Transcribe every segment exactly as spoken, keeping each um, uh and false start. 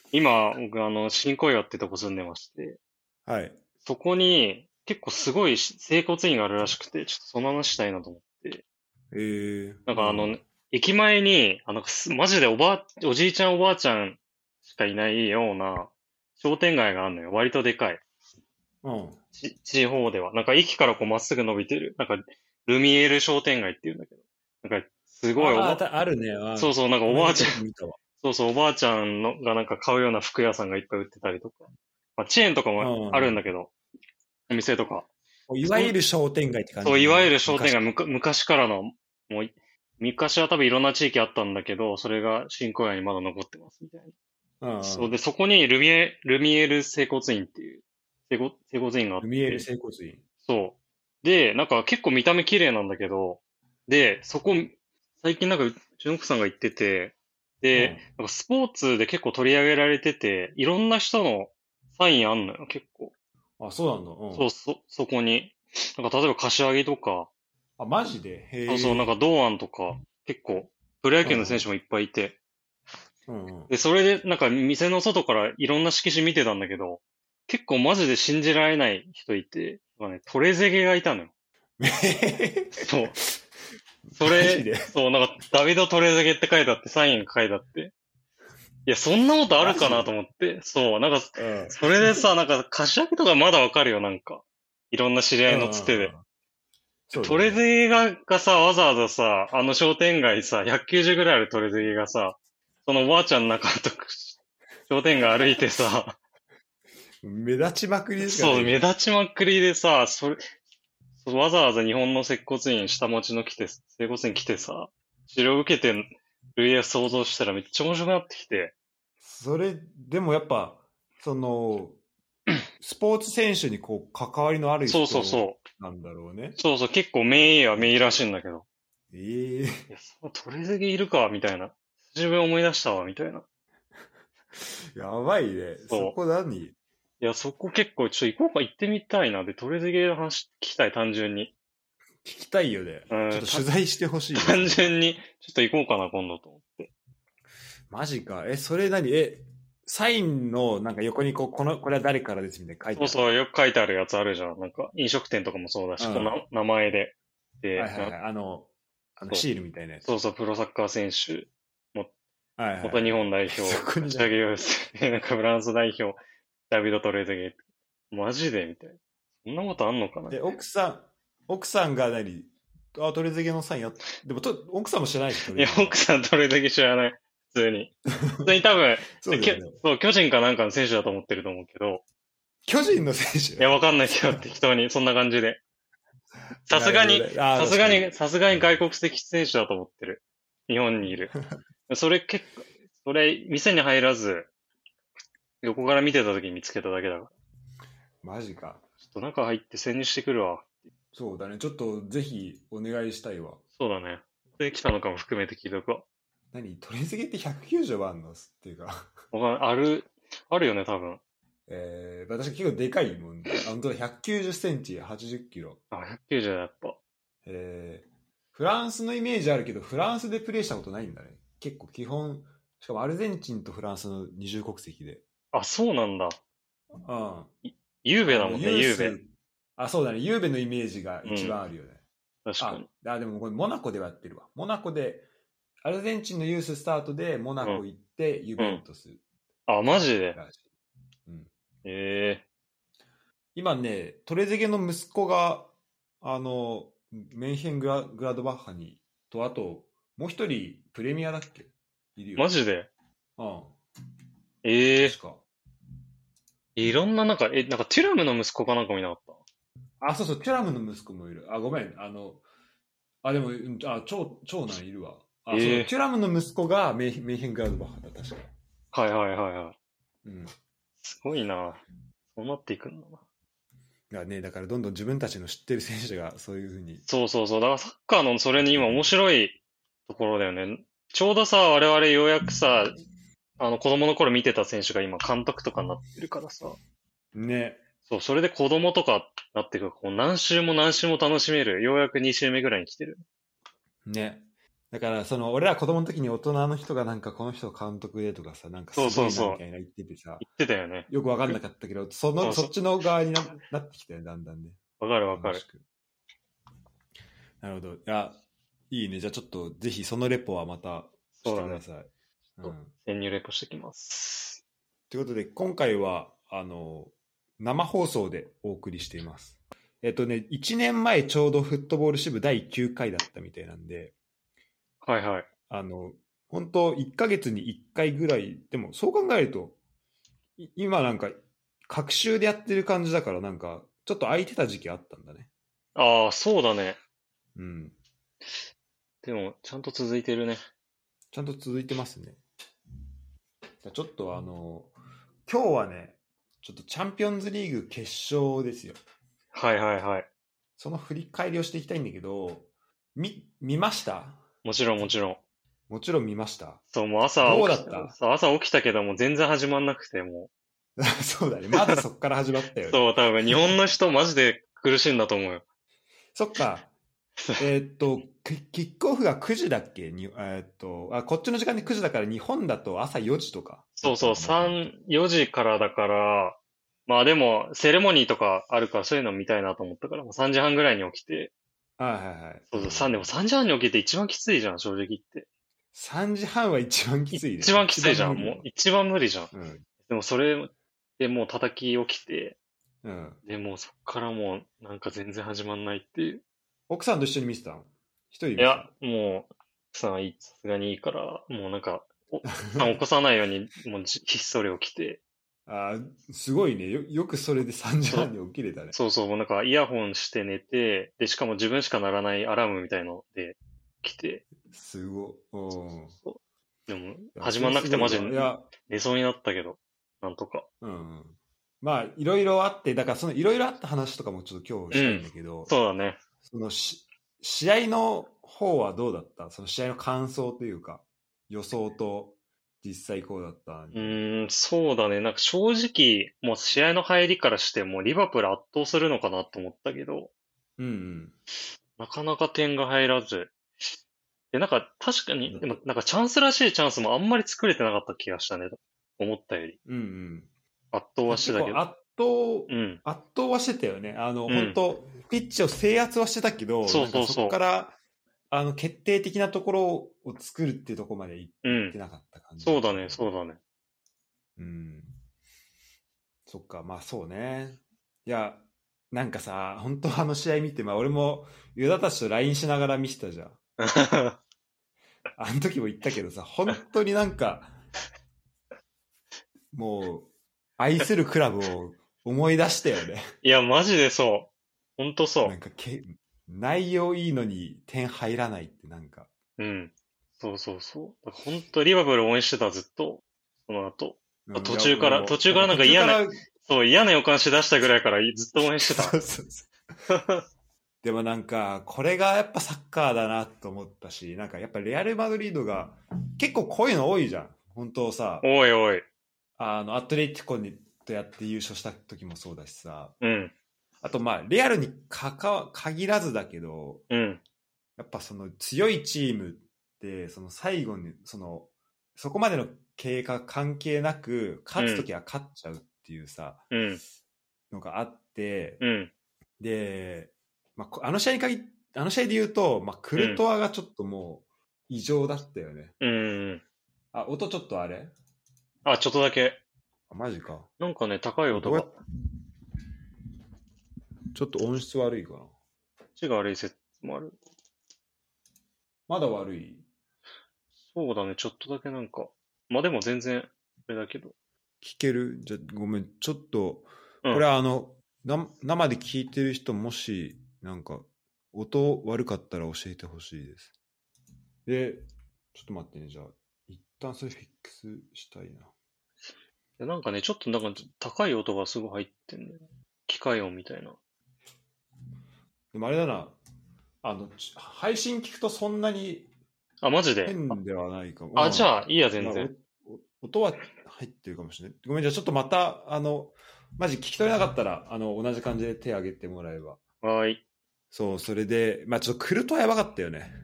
今、僕あの、新小岩ってとこ住んでまして、 はい。 そこに結構すごいし整骨院があるらしくて、ちょっとその話したいなと思って。 えー、 なんかあの、 うん。 駅前に、あの、すマジでおばあ、おじいちゃんおばあちゃんしかいないような商店街があるのよ。割とでかい。 うん。 ち、地方では。なんか駅からこうまっすぐ伸びてる。なんか、ルミエール商店街っていうんだけど。なんか、すごいおああ、 ば、 た、あるね。あ、 そうそう、なんかおばあちゃん、 この間よく見たわ。 そうそう、おばあちゃんのがなんか買うような服屋さんがいっぱい売ってたりとか。まあ、チェーンとかもあるんうん。 だけど、お店とか。そん、 いわゆる商店街って感そう、いわゆじのね。 る商店街、 昔かむか、昔からの、もうい、昔は多分いろんな地域あったんだけど、それが新小岩にまだ残ってますみたいな。 ら。うんそうで、 うん。 そこにルミエ、ルミエール整骨院っていう、整骨、整骨院があっルミエールて、 整骨院。 そう。で、なんか結構見た目綺麗なんだけど、で、そこ、最近なんかうちの奥さんが言ってて、で、 うん。 なんかスポーツで結構取り上げられてて、いろんな人のサインあんのよ、結構。 あ、そうなんだ。うん。 そう、そ、そこに。なんか例えば柏木とか、 あ、マジでそうそう、なんへえ。 か堂安とか、結構、プロ野うんうん。 球の選手もいっぱいいて、 うんうん。 で、それでなんか店の外からいろんな色紙見てたんだけど、結構マジで信じられない人いて、なんかね、トレゼゲがいたのよ。 めへへへそう。それ、 マジでそう、なんか、ダビド・トレゼゲって書いてあって、サインが書いてあって、いや、そんなことあるかなとマジで思って、そう、なんか、 うん。 それでさ、なんか、柏木とかまだわかるよ、なんか。いろんな知り合いのうんうつてで。 んうん。そうだトレゼよね。 ゲが、がさ、わざわざさ、あの商店街さ、ひゃくきゅうじゅうぐらいあるトレゼゲがさ、そのおばあちゃんの中と商店街歩いてさ、 目立ちまくりでしかなそう、 いじゃん。 目立ちまくりでさ、それ、わざわざ日本の接骨院下町の来て、整骨院来てさ、治療受けてる家想像したらめっちゃ面白くなってきて。 それ、でもやっぱ、その、スポーツ選手にこう、関わりのあるそうそう人そなんだろうね。 う。そうそう、結構名医は名医らしいんだけど。 ええいや、そう、トレゼゲいるか、みたいな。自分思い出したわ、みたいな。 やばいね。そそう。 こ何いや、そこ結構、ちょっと行こうか、行ってみたいな。で、トレゼゲの話聞きたい、単純に。 聞きたいよね。 うん、 ちょっとた、 取材してほしいね、そ単れは。 純に、ちょっと行こうかな、今度と思って。 マジか。え、それ何え、サインのなんか横にこう、この、これは誰からですみたいな書いてあるそうそう、よく書いてあるやつあるじゃん。なんか、飲食店とかもそうだし、このの？ 名前で。で、な、 はいはいはい。あの、あのそう、 シールみたいなやつ。 そうそう、プロサッカー選手、も、 はいはいはい。 元日本代そ表、 こにだ。 柏木雄介、なんかフランス代表、ダビド・トレーゼゲー。マジでみたいな。そんなことあんのかなみえ、 たいな。 奥さん、奥さんが何あ、トレゼゲのサインやっ、でもと、奥さんも知らないでしょ、トいや、 レゼゲは。 奥さんトレーゼゲー知らない。普通に。普通に多分、きょそうだよね。 そう、巨人かなんかの選手だと思ってると思うけど、 巨人の選いや、 手。 わかんないけど、適当に、そんな感じで。さすがに、 なるほどね。ああ、 さす確かに。 がに、さすがに外国籍選手だと思ってる。日本にいる。それ結構、それ、店に入らず、横から見てた時に見つけただけだから。 マジか。 ちょっと中入って潜入してくるわ。 そうだね。ちょっとぜひお願いしたいわ。 そうだね。で、来たのかも含めて聞いとくわ。 何トレゼゲってひゃくきゅうじゅうはあんのっていうかわかんないある、あるよね、多分。 えー、私結構でかいもんで。あ、本当だ、ひゃくきゅうじゅっセンチ、はちじゅっキロ。 あ、ひゃくきゅうじゅうだ、やっぱ。 えー、フランスのイメージあるけど、フランスでプレーしたことないんだね。結構基本、しかもアルゼンチンとフランスの二重国籍で。 あ、そうなんだ。 うん。 いゆうべあの、 だもんね、ゆうべ。 ユース、あ、そうだね。ユーベのイメージが一うん。 番あるよね。あ、 確かに。 あ、でもこれモナコではやってるわ。モナコで、アルゼンチンのユーススタートでモナうん。 コ行ってユうん。 ベントスあ、マジで。 らしい。うん。 ええ今ね、トレゼゲの息子が、あの、メンヘングラ、グラドバッハに、と、あと、もう一人、プレミアだっけいるよ。 マジで。 うん。 ええ確か。 いろんな、なんか、え、なんか、テュラムの息子かなんかもいなかっあ、そうそう、テュラムの息子もいる。あ、ごめん。あの、あ、でも、うんあ、長、長男いるわ。あ、そうだ、 たええテュラムの息子がメイメイヘングラドバッハだ、確か。 はいはいはいはい。 うん。 すごいな。そうなっていくんだな。 だね、だからどんどん自分たちの知ってる選手がそういうふうにそうそうそう。だからサッカーのそれに今面なっていくんだ。 白いところだよね。ちょうどさ、我々ようやくさ、あの子供の頃見てた選手が今監督とかになってるからさ。 ね。 そう、それで子供とかなってくるこう何週も何週も楽しめる。ようやくに週目ぐらいに来てる。 ね。 だからその俺ら子供の時に大人の人がなんかこの人監督でとかさ、なんかすごいなみたいな言っててさ、 言ってたよね。 よくわかんなかったけど、そのそうそうそっちの側に な, なってきたよだんだんね。 わかるわかる。 なるほど。いや、いいね。じゃあちょっとぜひそのレポはまたしてください。 う、ね、うん、潜入レポしてきます。 ということで今回はあの生放送でお送りしています。えっとね、いちねんまえちょうどフットボール支部だいきゅうかいだったみたいなんで、 はいはい。 あの、本当いっかげつにいっかいぐらい、でもそう考えると、今なんか、隔週でやってる感じだから、なんか、ちょっと空いてた時期あったんだね。 ああ、そうだね。 うん。 でも、ちゃんと続いてるね。 ちゃんと続いてますね。じゃちょっとあの、今日はね、ちょっとチャンピオンズリーグ決勝ですよ。 はいはいはい。 その振り返りをしていきたいんだけど、み、見ました？ もちろんもちろん。 もちろん見ました。 そう、もう朝どうだった？ そう、朝起きたけども全然始まんなくて、もう。そうだね。まずそっから始まったよね。 そう、多分日本の人マジで苦しいんだと思うよ。 そっか。えーっと、キックオフがくじだっけに、えーっとあ、こっちの時間でくじだから日本だと朝よじとか。 そうそう、さん、よじからだから、まあでも、セレモニーとかあるからそういうの見たいなと思ったから、もうさんじはんぐらいに起きて。 はいはいはい。 そうそう、さんでもさんじはんに起きて一番きついじゃん、正直言って。 さんじはんは一番きついね。 一番きついじゃん、もう一番無理じゃん。 うん、 でもそれでもう叩き起きて、 うん、 でもうそっからもうなんか全然始まんないっていう。 奥さんと一緒に見てたの？一人で見てた？いや、もう、さん、さすがにいいから、もうなんか、お起こさないように、もうひっそり起きて。 あすごいねよ。よくそれでさんじはんに起きれたね。 そうそう、もうなんかイヤホンして寝て、で、しかも自分しか鳴らないアラームみたいので来て。 すごい。そうそうでも、始まんなくてマジで寝そうになったけど、なんとか。 うん。まあ、いろいろあって、だからそのいろいろあった話とかもちょっと今日したいんだけど、 うん、そうだね。 そのし試合の方はどうだった？その試合の感想というか、予想と実際こうだった。 うーん、そうだね。なんか正直、もう試合の入りからしてもリバプール圧倒するのかなと思ったけど、 うんうん。 なかなか点が入らず。で、なんか確かに、でもなんかチャンスらしいチャンスもあんまり作れてなかった気がしたね。思ったより。 うんうん。 圧倒はしてたけど。 圧倒、うん、圧倒はしてたよね。あの、うん、本当ピッチを制圧はしてたけど、 そうそうそう。 そこから、あの、決定的なところを作るっていうところまで行ってなかった感じ、 うん。そうだね、そうだね。 うん。そっか、まあそうね。いや、なんかさ、本当あの試合見て、まあ俺も、ユダたちと ライン しながら見てたじゃん。あの時も言ったけどさ、本当になんか、もう、愛するクラブを思い出したよね。 いや、マジでそう。本当そう。 なんかけ、内容いいのに点入らないってなんか。 うん。そうそうそう。本当リバプール応援してた、ずっと。その後。うん、途中から、途中からなんか嫌な、そう、嫌な予感し出したぐらいからずっと応援してた。そうそうそうでもなんか、これがやっぱサッカーだなと思ったし、なんかやっぱレアル・マドリードが結構こういうの多いじゃん。本当さ。 おいおい。 あの、アトレティコにとやって優勝した時もそうだしさ。 うん。 あとまあ、レアルにかか限らずだけど、 うん。 やっぱその強いチームって、その最後に、その、そこまでの経過関係なく、勝つ時は勝っちゃうっていうさ、 うん、 のがあって、 うん、 で、まあ、あの試合に限っあの試合で言うと、まあ、クルトワがちょっともう異常だったよね。 うん。 あ、音ちょっとあれ？ あ、ちょっとだけ。 あ、マジか。 なんかね、高い音が。 ちょっと音質悪いかな。 血が悪い説もある。 まだ悪い？ そうだね、ちょっとだけなんか。まあでも全然、あれだけど。 聞ける？じゃ、ごめん、ちょっと、うん、これはあの、な生で聞いてる人もし、なんか、音悪かったら教えてほしいです。で、ちょっと待ってね、じゃあ、一旦それフィックスしたいな。 なんかね、ちょっとなんか高い音がすごい入ってんね。機械音みたいな。 でもあれだな、あの、配信聞くとそんなに、 あ、マジで変ではないかも。 あ、あじゃあ、いいや、全然、 まあ。音は入ってるかもしれない。ごめん、じゃあちょっとまた、あの、マジ聞き取れなかったら、あの、同じ感じで手挙げてもらえば。 はい。 そう、それで、まあちょっと来るとはやばかったよね。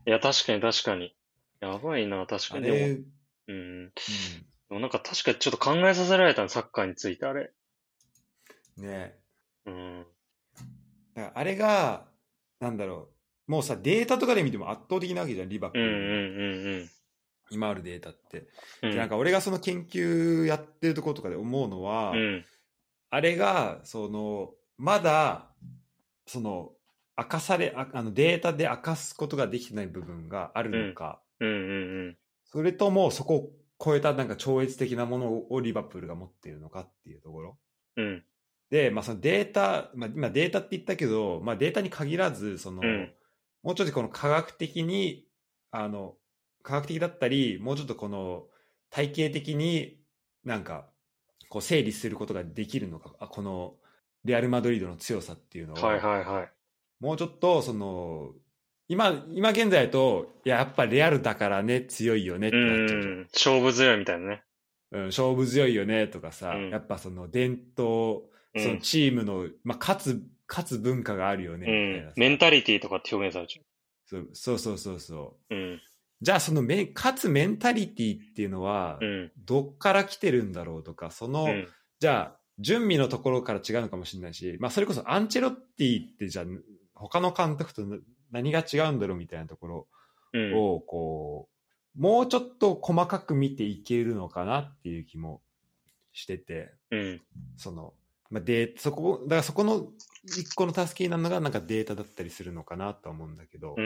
いや、確かに確かに。やばいな、確かに。でも、 あれ、 うん。でうんもなんか確かにちょっと考えさせられたの、サッカーについて、あれ。 ね。 うん。 だからあれが、なんだろう、もうさ、データとかで見ても圧倒的なわけじゃん、リバうんうプールの。 ん今あるデータって。で、なんうんうん。 か俺がその研究やってるところとかで思うのは、 うん。 あれが、その、まだ、その、明かされ、ああのデータで明かすことができてない部分があるうん。 のか、 うんうんうん。 それともそこを超えたなんか超越的なものをリバプールが持っているのかっていうところ。 うん。 で、まあ、そのデータ、まあ、今データって言ったけど、まあ、データに限らず、その、 うん。 もうちょっとこの科学的に、あの、科学的だったり、もうちょっとこの体系的になんか、こう整理することができるのか、あこのレアル・マドリードの強さっていうのはいを、 はいはい。 もうちょっと、その、今、今現在だと、いや、やっぱレアルだからね、強いよねっうてなっちゃうじゃん。 ん。勝負強いみたいなね。 うん、勝負強いよねとかさ、やうん。 っぱその伝統、そのうん。 チームの、まあ、勝つ、勝つ文化があるよねみたいうん。 なさ。 メンタリティとかって表現されちゃそうそうそうそうそう。 う。うん。 じゃあそのメ勝つメンタリティっていうのは、 うん。 どっから来てるんだろうとか、その、 うん。 じゃあ、準備のところから違うのかもしれないし、まあそれこそアンチェロッティってじゃあ、他の監督と何が違うんだろうみたいなところうん。 を、こう、もうちょっと細かく見ていけるのかなっていう気もしてて、 うん。 その、まあ、で、そこ、だからそこの一個の助けになるのがなんかデータだったりするのかなとは思うんだけど、 うん。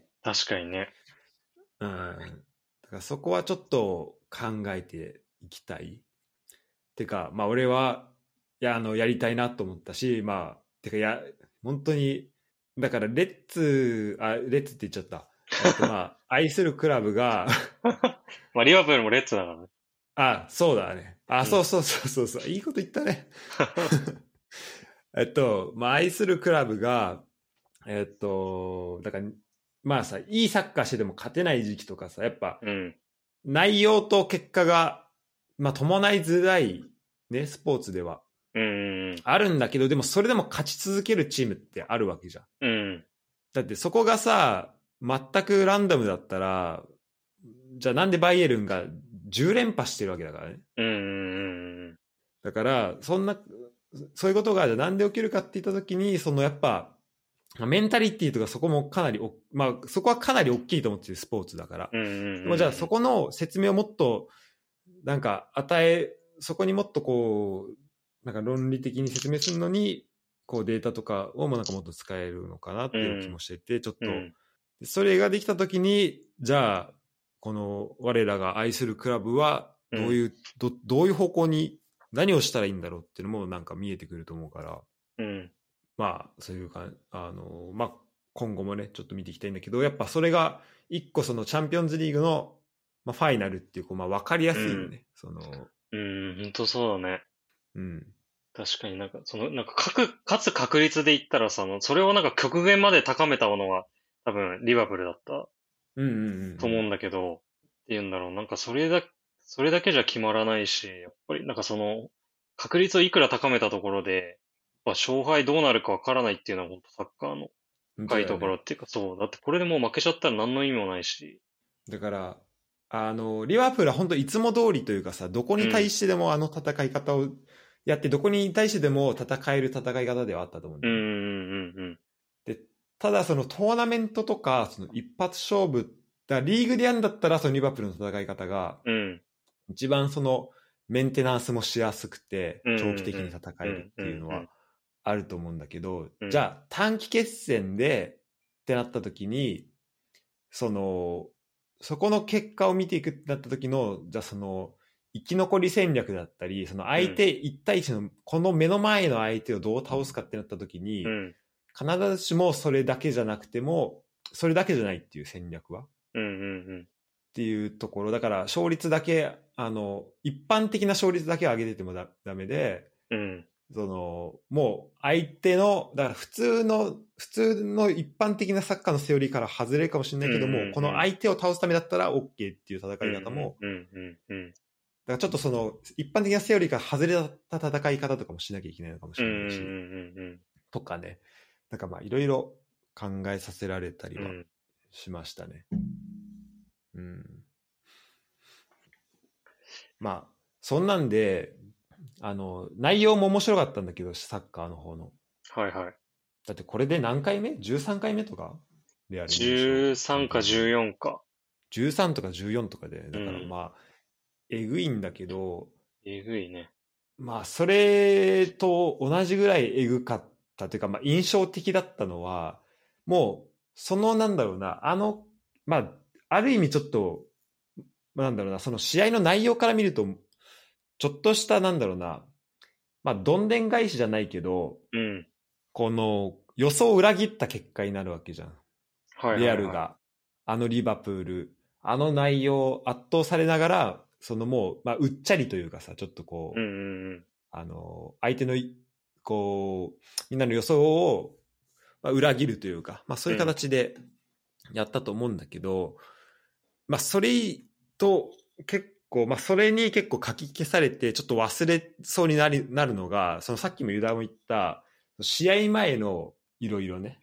確かにね。 うん。だからそこはちょっと考えていきたい。てか、まあ俺は、いや、あの、やりたいなと思ったし、まあ、てか、や、本当に、だから、レッツ、あ、レッツって言っちゃった。えっと、まあ、愛するクラブがまあ、リバプールもレッツだからね。 あ、そうだね。あ、 うん。 そうそうそうそうそう。いいこと言ったね。えっと、まあ、愛するクラブが、えっと、だから、まあさ、いいサッカーしてても勝てない時期とかさ、やっぱ、 うん。 内容と結果が、まあ、伴いづらい、ね、スポーツでは。 うん。 あるんだけど、でもそれでも勝ち続けるチームってあるわけじゃん。 うん。 だってそこがさ、全くランダムだったら、じゃあなんでバイエルンがじゅう連覇してるわけだからね。 うん。 だから、そんな、そういうことが、じゃあなんで起きるかって言ったときに、そのやっぱ、メンタリティとかそこもかなりお、まあそこはかなり大きいと思ってるスポーツだから。 うん。 でもじゃあそこの説明をもっと、なんか与え、そこにもっとこう、なんか論理的に説明するのに、こうデータとかをもなんかもっと使えるのかなっていう気もしてて、ちょっと、それができたときに、じゃあ、この我らが愛するクラブは、どういう、ど、どういう方向に何をしたらいいんだろうっていうのもなんか見えてくると思うから、 うん。 まあ、そういうか、あの、まあ、今後もね、ちょっと見ていきたいんだけど、やっぱそれが、一個そのチャンピオンズリーグの、まあ、ファイナルっていう、こう、まあ、わかりやすいよね。その、 うん、ほんとそうだね。 うん。 確かになんか、その、なんか、確、勝つ確率で言ったらさ、もうそれをなんか極限まで高めたものは、多分、リバプールだったうんうんうんうん。 と思うんだけど、っていうんだろう、なんかそれだ、それだけじゃ決まらないし、やっぱりなんかその、確率をいくら高めたところで、やっぱ勝敗どうなるかわからないっていうのは本当サッカーの深いとこ本当だよね。 ろっていうか、そう、だってこれでもう負けちゃったら何の意味もないし、 だから、あの、リバプールは本当いつも通りというかさ、どこに対うん、 してでもあの戦い方をやって、どこに対してでも戦える戦い方ではあったと思うんうん、 だよね。 うん、うん、 で、ただそのトーナメントとか、その一発勝負、だリーグでやるんだったら、そのリバプールの戦い方が、 うん、 一番そのメンテナンスもしやすくて、 うん、 長期的に戦えうん、うん、 るっていうのはうん、 あると思うんだけど、 うん、 じゃあ短期決戦でってなった時に、その、そこの結果を見ていくってなった時の、じゃあその、生き残り戦略だったり、その相手一対一の、この目の前の相手をどう倒すかってなった時に、 うん、 必ずしもそれだけじゃなくても、それだけじゃないっていう戦略は。 うん、うん、 っていうところだから勝率だけあの一般的な勝率だけ上げててもだダメで、 うん、 そのもう相手のだから普通の普通の一般的なサッカーのセオリーから外れるかもしれないけども、 うん、 この相手を倒すためだったら OK っていう戦い方も、 うん、うん、うん、 だからちょっとその一般的なセオリーから外れた戦い方とかもしなきゃいけないのかもしうん、 れないし、とかね、なんかまあいろいろ考えさせられたりはしましたね。うん。まあ、そんなんで、あの、内容も面白かったんだけど、サッカーの方の。 はいはい。 だってこれで何回目 ?じゅうさん 回目とかレアル優勝。 じゅうさんかじゅうよんか。 じゅうさんとかじゅうよんとかで、だからうん。 まあ、えぐいんだけど、 えぐいね。 まあ、それと同じぐらいえぐかったというか、まあ、印象的だったのは、もう、そのなんだろうな、あの、まあ、ある意味ちょっと、まあなんだろうな、その試合の内容から見ると、ちょっとしたなんだろうな、まあ、どんでん返しじゃないけど、 うん。 この予想を裏切った結果になるわけじゃん。 はいはいはい。 レアルが、あのリバプール、あの内容、圧倒されながら、そのもう、まあ、うっちゃりというかさ、ちょっとこう、 うんうんうん。 あの、相手のい、こう、みんなの予想を、まあ、裏切るというか、まあ、そういううん。 形でやったと思うんだけど、まあ、それと結構、まあ、それに結構書き消されて、ちょっと忘れそうになりなるのが、そのさっきもユダも言った、試合前のいろいろね。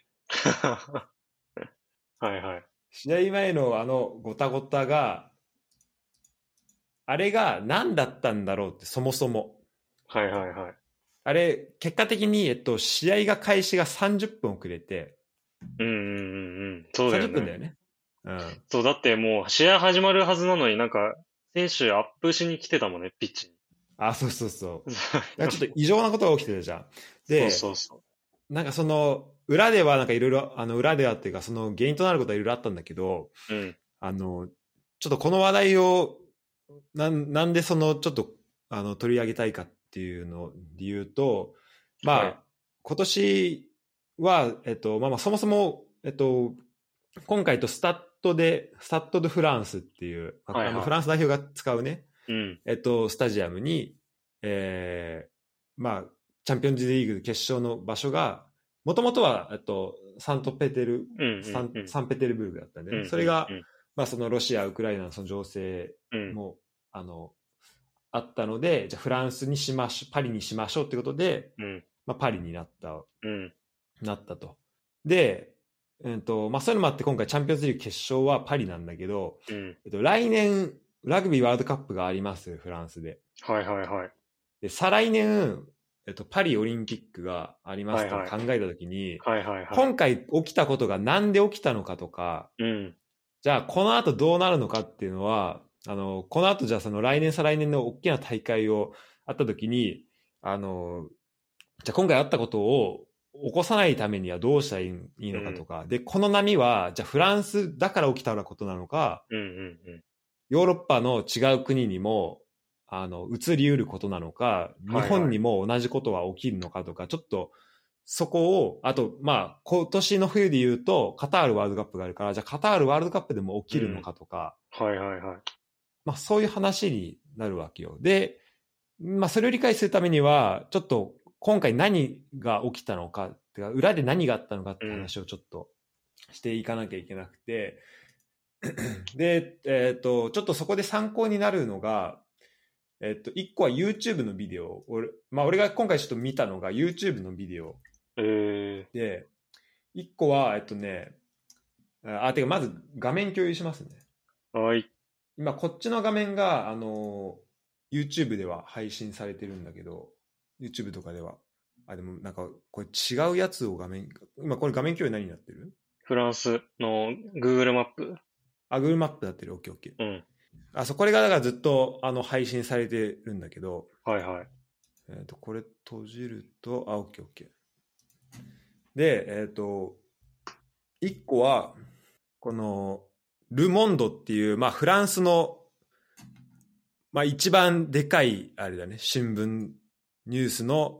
はいはい。 試合前のあのごたごたが、あれが何だったんだろうって、そもそも。 はいはいはい。 あれ、結果的に、えっと、試合が開始がさんじゅっぷん遅れて、 うんうんうんうん。そうだよ 30分だね。 よね。うん。 そう、だってもう試合始まるはずなのになんか、選手アップしに来てたもんね、ピッチに。 あ、そうそうそう。だからちょっと異常なことが起きてたじゃん。 そうで、 そうそなんかその、裏ではなんかいろいろ、あの、裏ではっていうか、その原因となることはいろいろあったんだけど、 う。うん。 あの、ちょっとこの話題を、なん、なんでその、ちょっと、あの、取り上げたいかっていうので言うと、 はい。 まあ、今年は、えっと、まあまあ、そもそも、えっと、今回とスタッドで、スタッド・ド・フランスっていう、ああの、 はいはい。 フランス代表が使うね、 うん。 えっと、スタジアムに、えー、まあ、チャンピオンズリーグ決勝の場所が、もともとは、えっと、サントペテル、 うんうサン、 んうん。 サンペテルブルクだったんでね。 うんそれが、 うんまあ、そのロシア、ウクライナのその情勢うん。うん。 も、あの、あったので、じゃあフランスにしましょう、パリにしましょうってことで、 うん。 まあ、パリになった、 うん。 なったと。で、えっと、まあ、そういうのもあって今回チャンピオンズリーグ決勝はパリなんだけど、 うん。 えっと、来年、ラグビーワールドカップがあります、フランスで。 はいはいはい。 で、再来年、えっと、パリオリンピックがありますとはいはい。 考えたときに、 はいはいはい。 今回起きたことがなんで起きたのかとか、 うん。 じゃあこの後どうなるのかっていうのは、あの、この後じゃあその来年再来年の大きな大会をあったときに、あの、じゃあ今回あったことを起こさないためにはどうしたらいいのかとか、で、この波は、じゃあフランスだから起きたことなのか、 うんうんうん。 ヨーロッパの違う国にも、あの、移りうることなのか、日はいはい。 本にも同じことは起きるのかとか、ちょっと、そこを、あと、まあ、今年の冬で言うと、カタールワールドカップがあるから、じゃあカタールワールドカップでも起きるのうん。 かとか、 はいはいはい。 まあ、そういう話になるわけよ。で、まあ、それを理解するためには、ちょっと、今回何が起きたのか、てか裏で何があったのかってうん。 話をちょっとしていかなきゃいけなくて、で、えっと、ちょっとそこで参考になるのが、えっと、一個は YouTube のビデオ。俺、まあ、俺が今回ちょっと見たのが YouTube のビデオえで、一個は、えっとね、あ、てか、まず画面共有しますね。 ー、はい。 今、こっちの画面が、あの、YouTube では配信されてるんだけど、YouTube とかでは。あ、でもなんか、これ違うやつを画面、今これ画面共有何になってる？ フランスの Google マップ。 あ、Google マップになってる。OK、OK。 うん。 あ、そう、これがだからずっとあの配信されてるんだけど、 はいはい。 えっと、これ閉じると、あ、OK、OK。で、えっと、一個は、この、ル・モンドっていう、まあ、フランスの、まあ、一番でかい、あれだね、新聞、ニュースの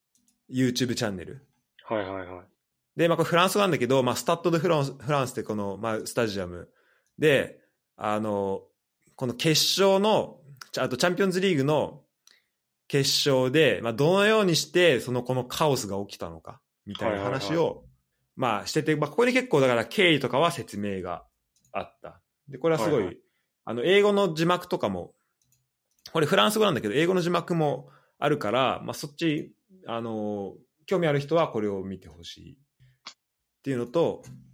YouTube チャンネル。 はいはいはい。 で、まあ、これフランスなんだけど、まあ、スタッド・ド・フランス、フランスってこの、まあ、スタジアムで、あの、この決勝の、あとチャンピオンズリーグの決勝で、まあ、どのようにして、その、このカオスが起きたのか、みたいなはいはいはい。 話を、まあ、してて、まあ、ここに結構、だから経緯とかは説明があった。で、これはすごい、 はいはい。 あの、英語の字幕とかも、これフランス語なんだけど、英語の字幕もあるから、まあ、そっち、あの、興味ある人はこれを見てほしいっていうのと、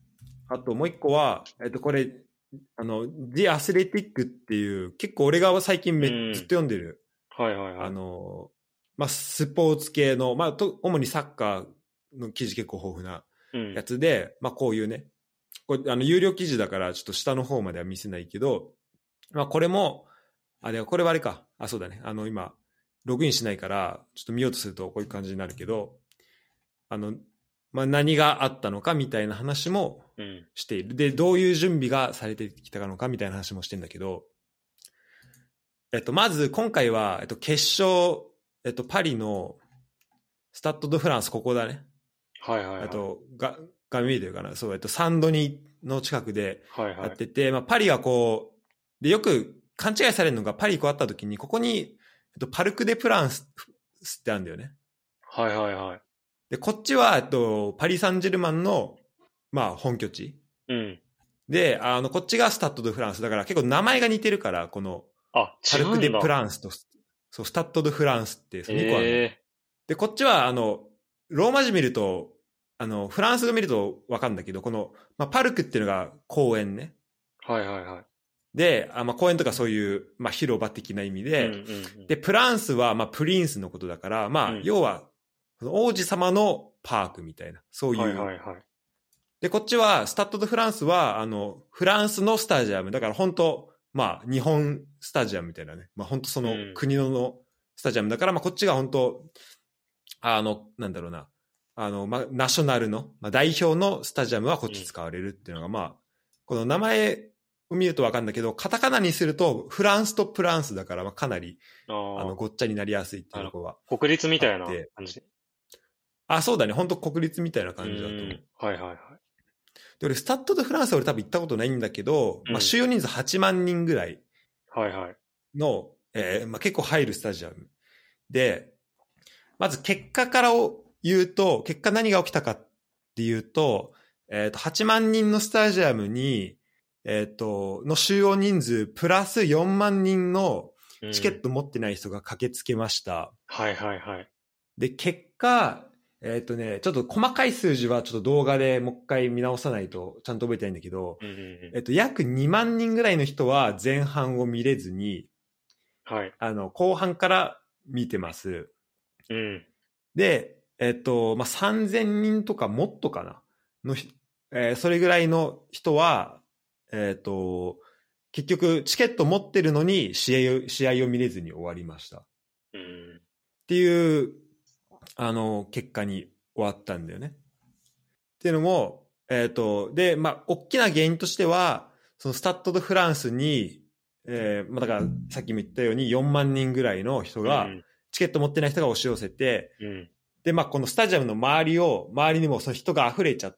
あともう一個は、えっと、これ、あの、The Athletic っていう、結構俺が最近め、うん、ずっと読んでる、 はいはいはい。 あの、まあ、スポーツ系の、まあ、と主にサッカーの記事結構豊富なやつで、うん、まあ、こういうね、これあの有料記事だからちょっと下の方までは見せないけど、まあ、これも、あ、でもこれはあれか、あ、そうだね、あの今、ログインしないから、ちょっと見ようとするとこういう感じになるけど、あの、まあ、何があったのかみたいな話もしている、うん、でどういう準備がされてきたのかみたいな話もしてるんだけど、えっと、まず今回は、えっと、決勝、えっと、パリのスタッド・ド・フランス、ここだね。 はいはいはい。 えっと、が画面見えてるかな、そう、えっと、サンドニの近くでやってて、はいはい、まあ、パリはこうでよく勘違いされるのが、パリこうあった時にここに、えっと、パルク・デ・プランスってあるんだよね。 はいはいはい。 でこっちは、えっと、パリ・サンジェルマンの、まあ、本拠地、 うん、 であのこっちがスタッド・ド・フランスだから結構名前が似てるから、このあパルク・デ・プランスとそうスタッド・ド・フランスってにこあるの、えー、でこっちはあのローマ字見るとあのフランス語見ると分かるんだけど、この、まあ、パルクっていうのが公園ね。 はいはいはい。 で、あ、まあ、公園とかそういう、まあ、広場的な意味で、うんうんうん、でプランスは、まあ、プリンスのことだから、まあ、うん、要は王子様のパークみたいな、そういう、はいはいはい、でこっちはスタッド・ド・フランスはあのフランスのスタジアムだから本当、まあ、日本スタジアムみたいなね、まあ、本当その国の、のスタジアムだから、まあ、こっちが本当あのなんだろうなあの、まあ、ナショナルの、まあ、代表のスタジアムはこっち使われるっていうのが、うん、まあこの名前を見ると分かるんだけど、カタカナにするとフランスとプランスだから、まあかなりあのごっちゃになりやすいっていうところは国立みたいな感じ。 あ、そうだね、本当国立みたいな感じだと思う。 はいはいはい。 で俺スタッド・ド・フランスは俺多分行ったことないんだけど、うん、まあ、収容人数はちまんにんぐらいの、はいはいえーまあ、結構入るスタジアムで、まず結果からを言うと、結果何が起きたかっていうと、えっと、はちまんにんのスタジアムに、えっと、の収容人数プラスよんまんにんのチケット持ってない人が駆けつけました。うん、 はいはいはい。 で、結果、えっとね、ちょっと細かい数字はちょっと動画でもう一回見直さないとちゃんと覚えてないんだけど、うんうんうん、えっと、約にまんにんぐらいの人は前半を見れずに、はい、あの、後半から見てます。うん、で、えっと、まあ、さんぜんにんとかもっとかなの、えー、それぐらいの人は、えっと、結局チケット持ってるのに試合を、試合を見れずに終わりました。うん、っていう、あの、結果に終わったんだよね。っていうのも、えっと、で、まあ、大きな原因としては、そのスタッド・ド・フランスに、えー、まあ、だからさっきも言ったようによんまんにんぐらいの人が、うん、チケット持ってない人が押し寄せて、うん、で、まあ、このスタジアムの周りを、周りにもその人が溢れちゃって、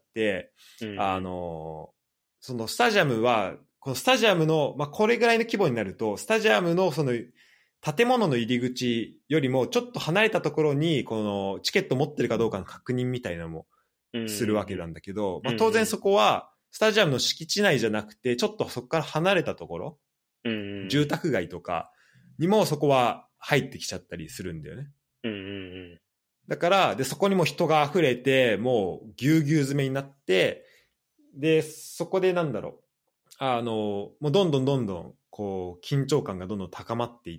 うん、あの、そのスタジアムは、このスタジアムの、まあ、これぐらいの規模になると、スタジアムのその、建物の入り口よりもちょっと離れたところに、このチケット持ってるかどうかの確認みたいなのもするわけなんだけど、まあ、当然そこは、スタジアムの敷地内じゃなくて、ちょっとそこから離れたところ、住宅街とかにもそこは入ってきちゃったりするんだよね。だから、で、そこにも人が溢れて、もうぎゅうぎゅう詰めになって、で、そこでなんだろう、あの、もうどんどんどんどん、こう、緊張感がどんどん高まっていって、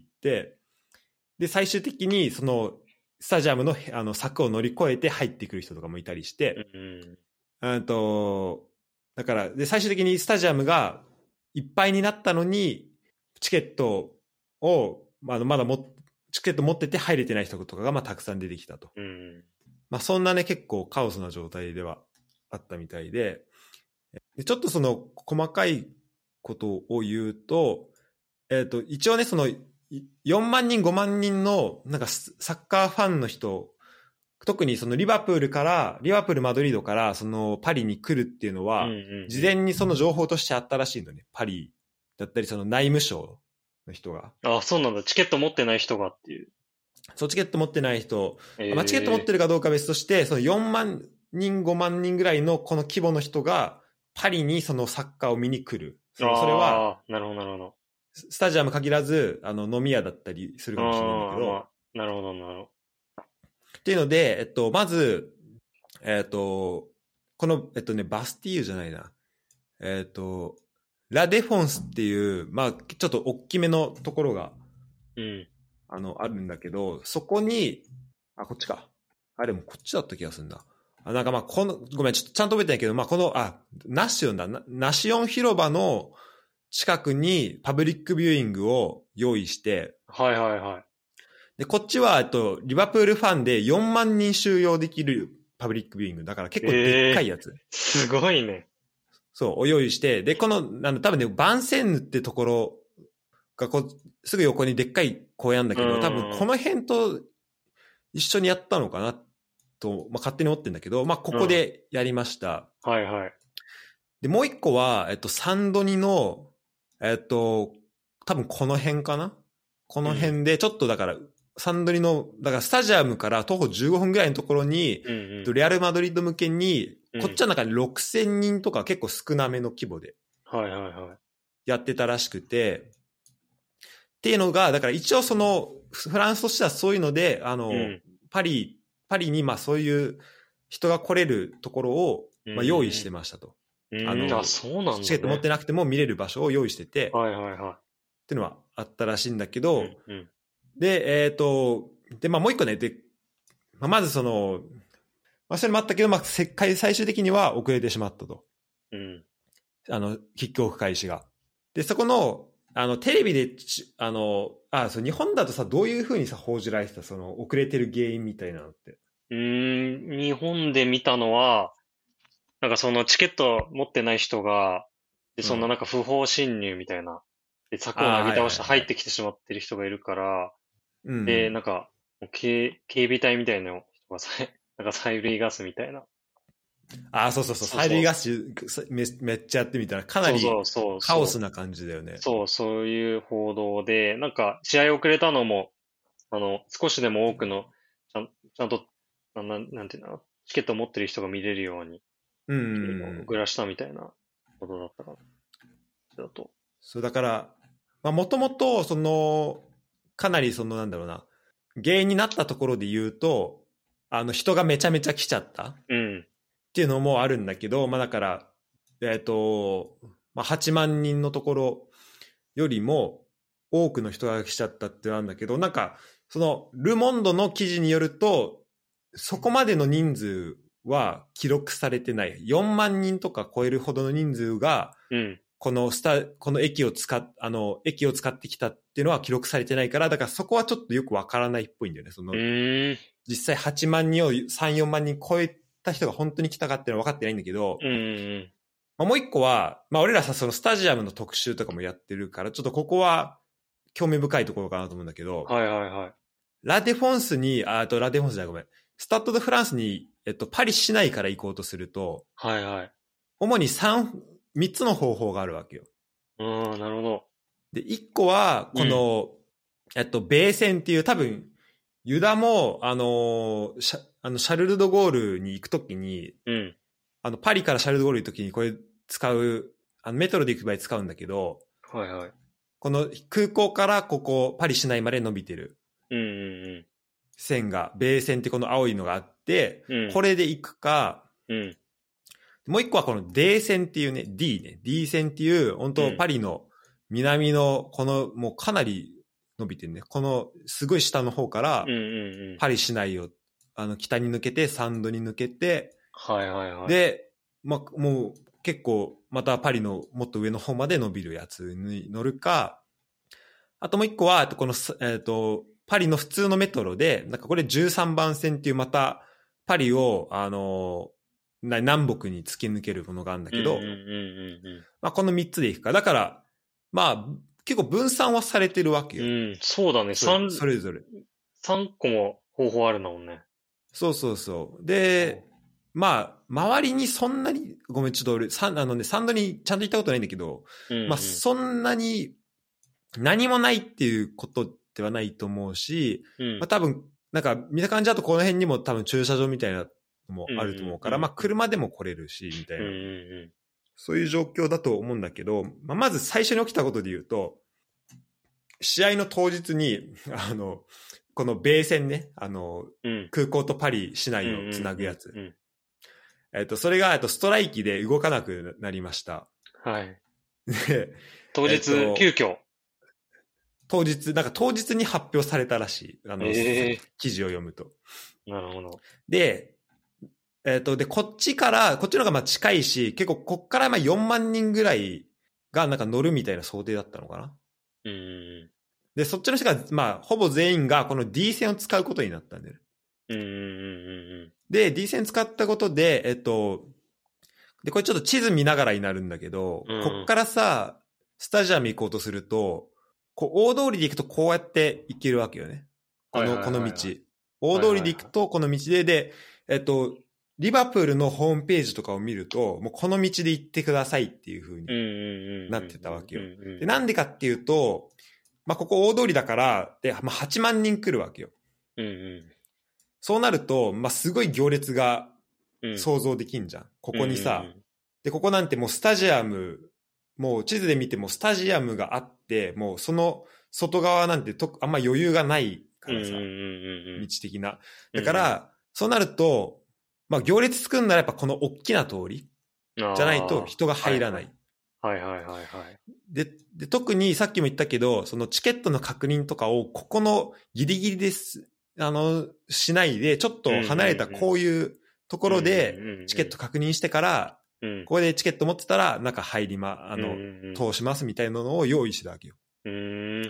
で、最終的に、その、スタジアムの、あの、柵を乗り越えて入ってくる人とかもいたりして、うん、と、だから、で、最終的にスタジアムがいっぱいになったのに、チケットを、まあ、まだも、チケット持ってて入れてない人とかが、まあ、たくさん出てきたと。うん、まあ、そんなね、結構カオスな状態ではあったみたいで、でちょっとその、細かいことを言うと、えっと、一応ね、その、よんまんにん、ごまんにんの、なんか、サッカーファンの人、特にそのリバプールから、リバプール、マドリードから、そのパリに来るっていうのは、事前にその情報としてあったらしいのね。パリだったり、その内務省の人が。 ああ、そうなんだ。チケット持ってない人がっていう。 そう、チケット持ってない人。えーまあ、チケット持ってるかどうかは別として、そのよんまんにん、ごまんにんぐらいのこの規模の人が、パリにそのサッカーを見に来る。そのそれは、 なるほど、なるほど。 スタジアム限らず、あの、飲み屋だったりするかもしれないんだけど。まあ、 なるほど、なるほど。 っていうので、えっと、まず、えっと、この、えっとね、バスティーユじゃないな。 えっ、ー、と、ラ・デフォンスっていう、まあ、ちょっと大きめのところが、 うん。 あの、あるんだけど、そこに、あ、こっちか。あれもこっちだった気がするんだ。あ、なんかまあ、この、ごめん、ちょっとちゃんと覚えてないけど、まあ、この、あ、ナシオンだ。ナシオン広場の近くにパブリックビューイングを用意して、 はいはいはい。 で、こっちは、えっと、リバプールファンでよんまんにん収容できるパブリックビューイング。だから結構でっかいやつ。えー、 すごいね。 そう、お用意して、で、この、あの、多分ね、バンセンヌってところがこう、すぐ横にでっかい公園なんだけど、多分この辺と一緒にやったのかなと、まあ、勝手に思ってんだけど、まあ、ここでやりました。 うん、はいはい。 で、もう一個は、えっと、サンドニの、えっと、多分この辺かなこの辺で、ちょっとだから、うん、サンドニの、だからスタジアムから徒歩じゅうごふんぐらいのところに、うんうん、レアル・マドリード向けに、こっちはなんかろくせんにんとか結構少なめの規模で、 はいはいはい。 やってたらしくて、っていうのが、だから一応その、フランスとしてはそういうので、あの、うん、パリ、パリにまあそういう人が来れるところを、まあ、用意してましたと。 うん、あの、あ、そうなんだ、ね、 チケット持ってなくても見れる場所を用意してて、 はいはいはい。 っていうのはあったらしいんだけど、 うんうん、 で、えっ、ー、と、で、まあもう一個ね、で、まあ、まずその、まあそれもあったけど、まあ、最終的には遅れてしまったと。 うん。 あの、キックオフ開始が。で、そこの、あの、テレビで、あの、あ、そう、日本だとさ、どういう風にさ、報じられてた、その、遅れてる原因みたいなのって。 うーん、日本で見たのは、なんかそのチケット持ってない人が、で、そんななんか不法侵入みたいな、で、柵をなぎ倒して入ってきてしまってる人がいるから、 うん、 で、なんか、警、警備隊みたいな人がさ、なんか催涙ガスみたいな。 ああ、そうそうそう、催涙ガスめめっちゃやってみたらかなりカオスな感じだよね。 そう、そういう報道で、なんか試合遅れたのも、あの、少しでも多くの、ちゃん、ちゃんと、なん、なんていうの、チケットを持ってる人が見れるように、 うん。 遅らしたみたいなことだったかな。だと。 そう、だから、まあ、もともと、その、かなりその、なんだろうな、原因になったところで言うと、あの、人がめちゃめちゃ来ちゃった。 うん。 っていうのもあるんだけど、まあだから、えっと、まあはちまんにんのところよりも多くの人が来ちゃったってなんだけど、なんか、その、ルモンドの記事によると、そこまでの人数は記録されてない。よんまんにんとか超えるほどの人数が、このスタ、この駅を使っ、あの、駅を使ってきたっていうのは記録されてないから、だからそこはちょっとよくわからないっぽいんだよね。その、実際はちまんにんをさん、よんまんにん超えた人が本当に来たかっていうのは分かってないんだけど、 うんうん、 まあ、もう一個は、まあ俺らさ、そのスタジアムの特集とかもやってるから、ちょっとここは興味深いところかなと思うんだけど、 はいはいはい。 ラデフォンスに、あとラデフォンスじゃない、ごめん。スタッド・ド・フランスに、えっと、パリ市内から行こうとすると、 はいはい。 主に三、三つの方法があるわけよ。 うん、なるほど。 で、一個は、この、うん、えっと、ベイ線っていう多分、ユダも、あの、シャ、あの、シャルル・ド・ゴールに行くときに、 うん。 あの、パリからシャルル・ド・ゴール行くときにこれ使う、あの、メトロで行く場合使うんだけど、 はいはい。 この空港からここ、パリ市内まで伸びてる。 うんうんうん。 線が、ベイ線ってこの青いのがあって、 うん、 これで行くか、 うん、 もう一個はこの D 線っていうね、D ね、D 線っていう、本当パリの南の、この、もうかなり伸びてるね。この、すごい下の方から、パリ市内を、あの、北に抜けて、サンドに抜けて、 はいはいはい。 で、ま、もう結構、またパリのもっと上の方まで伸びるやつに乗るか、あともう一個は、この、えっと、パリの普通のメトロで、なんかこれじゅうさんばん線っていうまた、パリを、あの、南北に突き抜けるものがあるんだけど、まあこのみっつでいくか。だから、まあ、結構分散はされてるわけよ。 うん、そうだね。 そ, それぞれ。 さんこも方法あるんだもんね。 そうそうそう。で、まあ、周りにそんなに、ごめん、ちょっと俺、サンあのね、サンドにちゃんと行ったことないんだけど、うんうん、まあそんなに何もないっていうことではないと思うし、うん、まあ多分、なんか見た感じだとこの辺にも多分駐車場みたいなのもあると思うから、うんうんうん、まあ車でも来れるし、みたいな、うんうんうん。そういう状況だと思うんだけど、まあ、まず最初に起きたことで言うと、試合の当日に、あの、この米線ね、あの、うん、空港とパリ市内をつなぐやつ。えっと、それが、えっと、ストライキで動かなくなりました。 はい。 で、 当日、 えっと、 急遽。 当日、なんか当日に発表されたらしい。あの、 ええ記事を読むと。 ー、なるほど。 で、えっと、で、こっちから、こっちの方がまあ近いし、結構こっからまあよんまん人ぐらいがなんか乗るみたいな想定だったのかな。 うん。 で、そっちの人が、まあ、ほぼ全員がこの D 線を使うことになったんだよね。 うんうんうんうん。 で、D 線使ったことで、えっと、で、これちょっと地図見ながらになるんだけど、 うん、 こっからさ、スタジアム行こうとすると、こう大通りで行くとこうやって行けるわけよね。この、この道。大通りで行くとこの道で、で、えっと、リバプールのホームページとかを見ると、もうこの道で行ってくださいっていう風になってたわけよ。で、なんでかっていうと、まあ、ここ大通りだから、で、まあ、はちまん人来るわけよ。 うんうん、 そうなると、まあ、すごい行列が想像できんじゃん。うん、ここにさ、うんうんうん、で、ここなんてもうスタジアム、もう地図で見てもスタジアムがあって、もうその外側なんてとあんま余裕がないからさ、うんうんうんうん、道的な。だから、うんうん、そうなると、まあ行列作るならやっぱこの大きな通りじゃないと人が入らない。 はいはいはいはい。 で、で、特にさっきも言ったけど、そのチケットの確認とかをここのギリギリです、あの、しないで、ちょっと離れたこういうところでチケット確認してから、うん、ここでチケット持ってたら中入りま、あの、うんうん、通しますみたいなのを用意してたわけよ。 うん、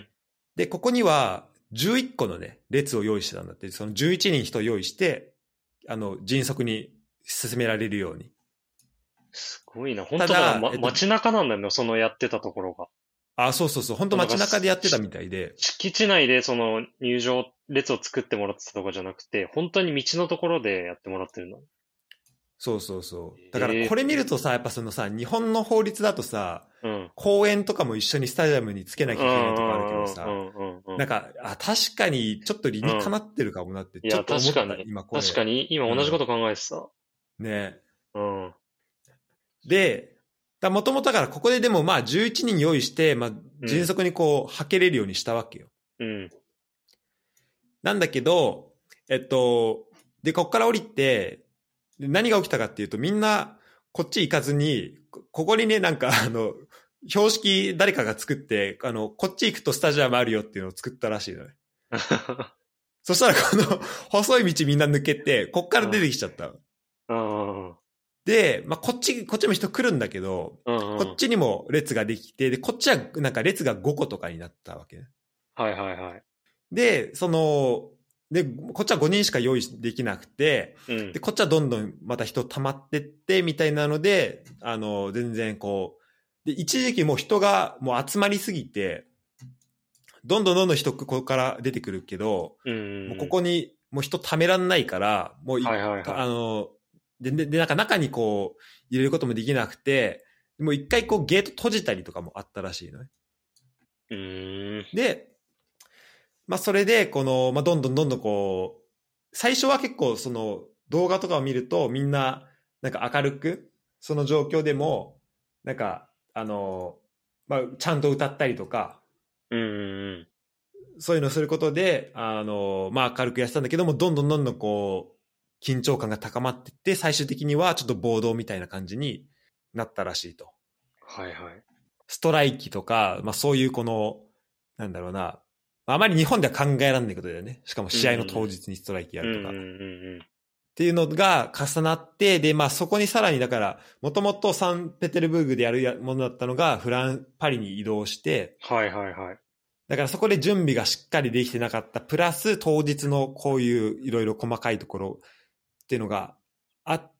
で、ここにはじゅういっこのね、列を用意してたんだって、そのじゅういちにん人を用意して、あの、迅速に進められるように。 すごいな。本当だ、ま、えっと、街中なんだよね、そのやってたところが。 あ、そうそうそう。本当街中でやってたみたいで。 敷地内でその入場列を作ってもらってたとかじゃなくて、本当に道のところでやってもらってるの。 そうそうそう。だからこれ見るとさ、やっぱそのさ、日本の法律だとさ、うん、公園とかも一緒にスタジアムにつけなきゃいけないとかあるけどさ、なんか、あ、確かにちょっと理にかなってるかもなって、ちょっと思った、 うん、 今これ。 確かに、今同じこと考えてた。 うん、ねうん。 で、もともとだからここででもまあじゅういちにん用意して、まあ迅速にこう、履けれるようにしたわけよ。 うん。 なんだけど、えっと、で、こっから降りて、何が起きたかっていうと、みんなこっち行かずに、ここにね、なんかあの、標識誰かが作って、あの、こっち行くとスタジアムあるよっていうのを作ったらしいのね。そしたらこの細い道みんな抜けて、こっから出てきちゃったの。で、まあ、こっち、こっちも人来るんだけど、こっちにも列ができて、で、こっちはなんか列がごことかになったわけね。 はいはいはい。 で、その、で、こっちはごにんしか用意できなくて、うん、で、こっちはどんどんまた人溜まってって、みたいなので、あの、全然こう、で、一時期もう人がもう集まりすぎて、どんどんどんどん人ここから出てくるけど、うん、もうここにもう人溜めらんないから、もう、はいはいはい、あの、で、で、で、なんか中にこう、入れることもできなくて、もう一回こうゲート閉じたりとかもあったらしいのね。 うーん。 で、まあそれで、この、まあどんどんどんどんこう、最初は結構その動画とかを見るとみんな、なんか明るく、その状況でも、なんか、あの、まあちゃんと歌ったりとか、 うんうん、 そういうのをすることで、あの、まあ明るくやってたんだけども、どんどんどんどんこう、緊張感が高まっていって、最終的にはちょっと暴動みたいな感じになったらしいと。 はいはい。 ストライキとか、まあそういうこの、なんだろうな、あまり日本では考えられないことだよね。しかも試合の当日にストライキやるとか。っていうのが重なって、で、まあそこにさらにだから、もともとサンペテルブルグでやるものだったのが、フラン、パリに移動して、 はいはいはい。 だからそこで準備がしっかりできてなかった、プラス当日のこういういろいろ細かいところっていうのがあって、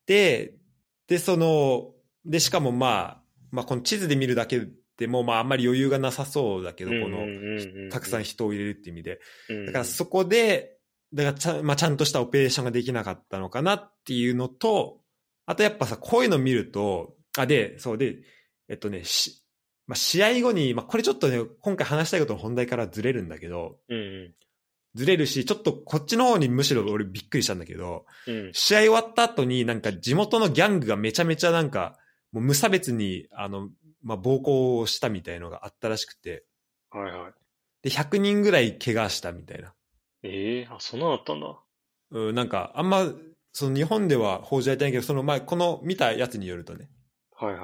で、その、で、しかもまあ、まあこの地図で見るだけでもまああんまり余裕がなさそうだけど、この、たくさん人を入れるって意味で。だからそこで、だからちゃ,、まあ、ちゃんとしたオペレーションができなかったのかなっていうのと、あとやっぱさ、こういうの見ると、あ、で、そうで、えっとね、し、まあ、試合後に、まあこれちょっとね、今回話したいことの本題からずれるんだけど、 うんうんずれるし、ちょっとこっちの方にむしろ俺びっくりしたんだけど、 うん、 試合終わった後になんか地元のギャングがめちゃめちゃなんか、もう無差別に、あの、まあ、暴行をしたみたいのがあったらしくて。 はいはい。 で、ひゃくにんぐらい怪我したみたいな。 ええー、あ、そんなのあったんだ。 うん、なんか、あんま、その日本では報じられてないけど、その、まあ、この見たやつによるとね。 はいはい。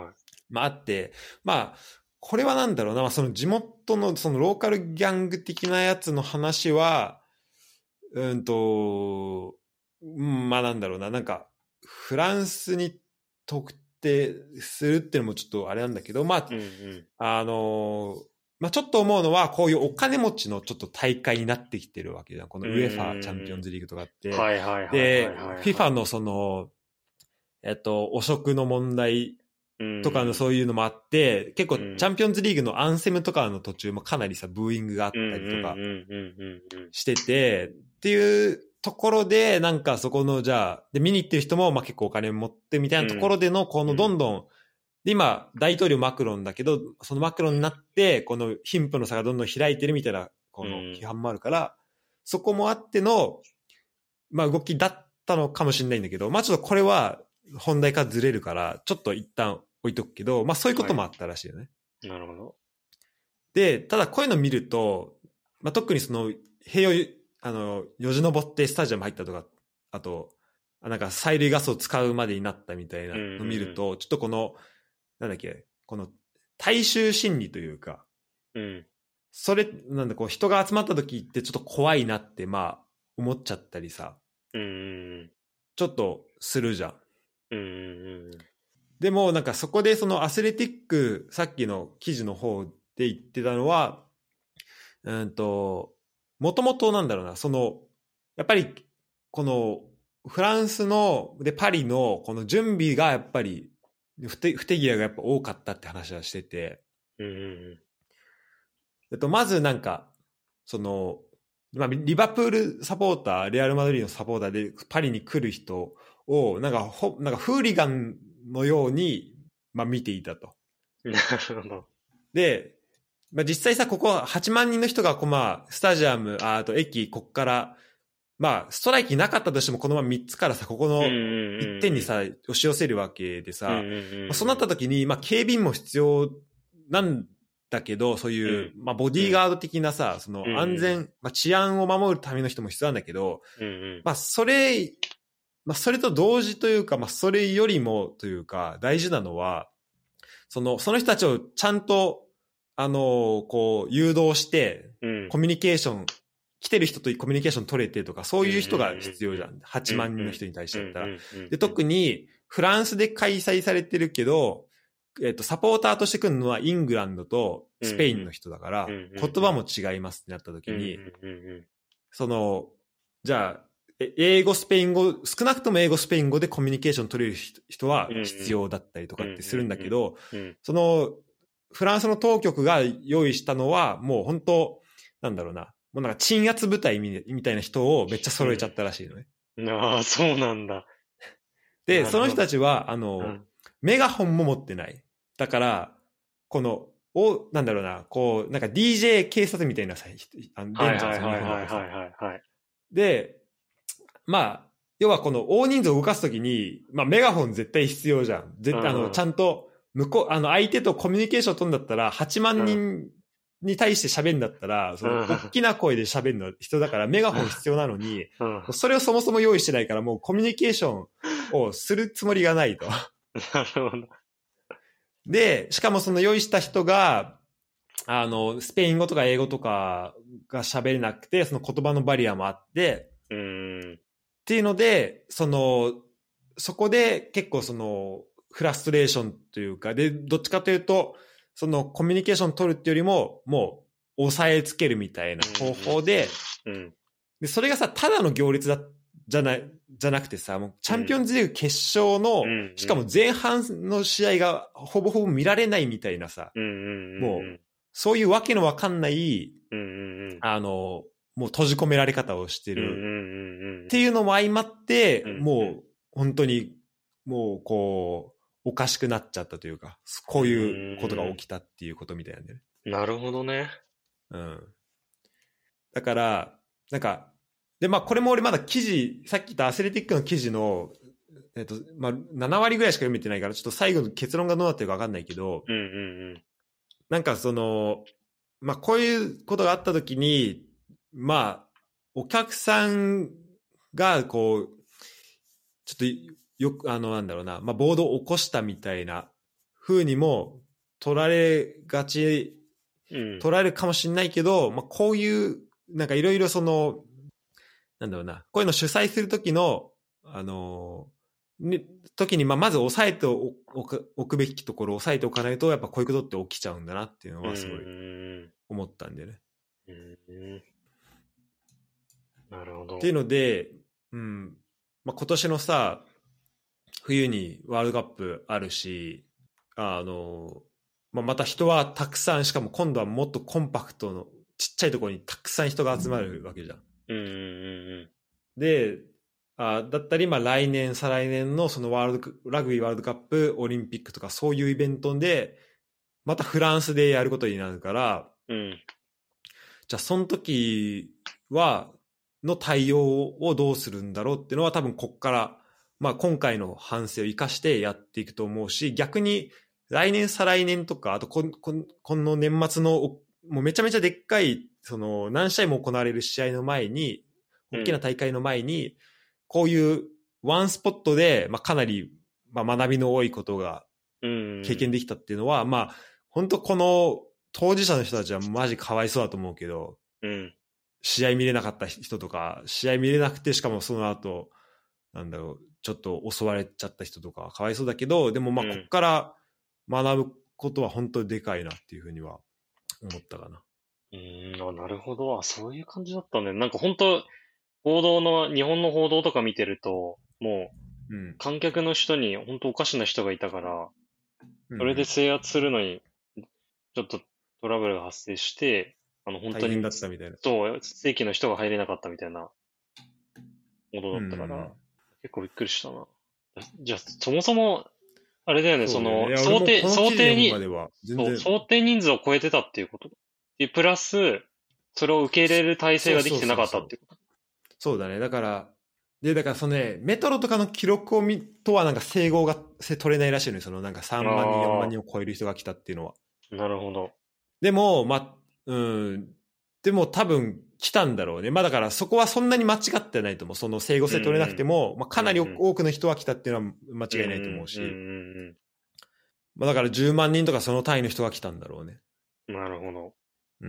まああって、まあ、これはなんだろうな、まあ、その地元のそのローカルギャング的なやつの話は、うんと、うん、まあなんだろうな、なんか、フランスに特定するっていうのもちょっとあれなんだけど、まあ、 うんうん、 あのー、まあちょっと思うのは、こういうお金持ちのちょっと大会になってきてるわけじゃん。このウェファーチャンピオンズリーグとかって。 はいはいはいはいで、 はい、はい。 フィファ のその、えっと、汚職の問題とかのそういうのもあって、結構チャンピオンズリーグのアンセムとかの途中もかなりさ、ブーイングがあったりとかしてて、っていうところで、なんかそこのじゃあ、で、見に行ってる人もまあ結構お金持ってみたいなところでの、このどんどん、で、今、大統領マクロンだけど、そのマクロンになって、この貧富の差がどんどん開いてるみたいな、この批判もあるから、そこもあっての、まあ動きだったのかもしれないんだけど、まあちょっとこれは本題からずれるから、ちょっと一旦置いとくけど、まあそういうこともあったらしいよね。 はい、なるほど。 で、ただこういうの見ると、まあ特にその、平洋、あの、よじ登ってスタジアム入ったとか、あと、なんか催涙ガスを使うまでになったみたいなのを見ると、うんうん、ちょっとこの、なんだっけ、この大衆心理というか、 うん、 それ、なんだ、こう人が集まった時ってちょっと怖いなって、まあ、思っちゃったりさ、 うんうん、 ちょっとするじゃん。 うんうんうん、 でも、なんかそこでそのアスレティック、さっきの記事の方で言ってたのは、うんと、もともとなんだろうな、その、やっぱり、この、フランスの、で、パリの、この準備がやっぱり、不手、不手際がやっぱ多かったって話はしてて、 うんうんうんえっと、まずなんか、その、まあ、リバプールサポーター、レアルマドリードのサポーターでパリに来る人を、なんかほ、なんかフーリガンのように、まあ、見ていたと。 なるほど。 で、まあ、実際さ、ここはちまん人の人が、こうまあ、スタジアム、ああと駅、こっから、まあ、ストライキなかったとしても、このままみっつからさ、ここのいってんにさ、押し寄せるわけでさ、まあ、そうなった時に、まあ、警備員も必要なんだけど、そういう、うん、まあ、ボディーガード的なさ、その安全、うん、まあ、治安を守るための人も必要なんだけど、うんうん、まあ、それ、まあ、それと同時というか、まあ、それよりもというか、大事なのは、その、その人たちをちゃんと、あの、こう、誘導して、うん、コミュニケーション、来てる人とコミュニケーション取れてとか、そういう人が必要じゃん。はちまん人の人に対してだったら。で、特に、フランスで開催されてるけど、えっと、サポーターとして来るのはイングランドとスペインの人だから、言葉も違いますってなった時に、その、じゃあ、英語、スペイン語、少なくとも英語、スペイン語でコミュニケーション取れる人は必要だったりとかってするんだけど、その、フランスの当局が用意したのは、もう本当、なんだろうな、もうなんか鎮圧部隊みたいな人をめっちゃ揃えちゃったらしいのね。 うん、ああ、そうなんだ。 で、その人たちは、あの、うん、メガホンも持ってない。だから、この、お、なんだろうな、こう、なんか ディージェー 警察みたいなさ、あの、 はいはいはいはいはいはい。 で、まあ、要はこの大人数を動かすときに、まあメガホン絶対必要じゃん。絶対、あの、ちゃんと、向こう、あの、相手とコミュニケーションを取るんだったら、はちまん人に対して喋るんだったら、その、大きな声で喋るの必要だから、メガホン必要なのに、それをそもそも用意してないから、もうコミュニケーションをするつもりがないと。 なるほど。 で、しかもその用意した人が、あの、スペイン語とか英語とかが喋れなくて、その言葉のバリアもあって、 うーんっていうので、その、そこで結構その、フラストレーションというか、で、どっちかというと、そのコミュニケーション取るっていうよりも、もう、押さえつけるみたいな方法で、 うんうん、 で、それがさ、ただの行列だ、じゃない、じゃなくてさ、もうチャンピオンズリーグ決勝の、うん、しかも前半の試合がほぼほぼ見られないみたいなさ、 うんうんうんうん、 もう、そういうわけのわかんない、 うんうんうん、 あの、もう閉じ込められ方をしてる、 うんうんうんうん、 っていうのも相まって、 うんうん、 もう本当にもうこうおかしくなっちゃったというか、こういうことが起きたっていうことみたいなんでね。 なるほどね。 うん。だからなんかでまあこれも俺まだ記事さっき言ったアスレティックの記事のえっとまあななわりぐらいしか読めてないからちょっと最後の結論がどうなってるか分かんないけど、 うんうんうん、 なんかそのまあこういうことがあった時にまあお客さんがこうちょっとよくあのなんだろうな、まあ、暴動を起こしたみたいな風にも取られがち、 うん。 取られるかもしれないけど、まあ、こういう、なんかいろいろその、なんだろうな、こういうの主催するときの、あのー、ね、時に、まあ、まず抑えておく、おくべきところを抑えておかないと、やっぱこういうことって起きちゃうんだなっていうのはすごい思ったんでね。 うん。なるほど。 っていうので、うん、まあ、今年のさ、冬にワールドカップあるし、あの、まあ、また人はたくさん、しかも今度はもっとコンパクトのちっちゃいところにたくさん人が集まるわけじゃん。 うんうんうん、 で、あだったり、まあ来年、再来年のそのワールド、ラグビーワールドカップ、オリンピックとかそういうイベントで、またフランスでやることになるから、 うん、 じゃあその時は、の対応をどうするんだろうっていうのは多分こっから、まあ今回の反省を生かしてやっていくと思うし、逆に来年、再来年とか、あとこ、こ、この年末のもうめちゃめちゃでっかい、その何試合も行われる試合の前に、大きな大会の前に、うん、こういうワンスポットで、まあ、かなり、まあ、学びの多いことが経験できたっていうのは、うん、まあ、本当この当事者の人たちはマジかわいそうだと思うけど、 うん、 試合見れなかった人とか、試合見れなくて、しかもその後、なんだろう、ちょっと襲われちゃった人とかかわいそうだけど、でもまあ、こっから学ぶことは本当にでかいなっていうふうには思ったかな。 うん、あ、なるほど。あ、そういう感じだったね。なんか本当報道の、日本の報道とか見てると、もう、観客の人に本当おかしな人がいたから、うん、それで制圧するのに、ちょっとトラブルが発生して、あの本当に、 大変だったみたいな。 そう、正規の人が入れなかったみたいなものだったから、うん、結構びっくりしたな。じゃあ、そもそも、あれだよね、その、想定、想定に、そう、想定人数を超えてたっていうこと。で、プラス、それを受け入れる体制ができてなかったっていうこと。 そうだね。だから、で、だからそのね、メトロとかの記録を見、とはなんか整合が取れないらしいのよ。そのなんかさんまんにん、よんまんにんを超える人が来たっていうのは。 なるほど。 でも、ま、うん、でも多分来たんだろうね。まあだからそこはそんなに間違ってないと思う。その整合性取れなくても、うんうん、まあかなり多くの人は来たっていうのは間違いないと思うし。まあだからじゅうまんにんとかその単位の人が来たんだろうね。 なるほど。 うん。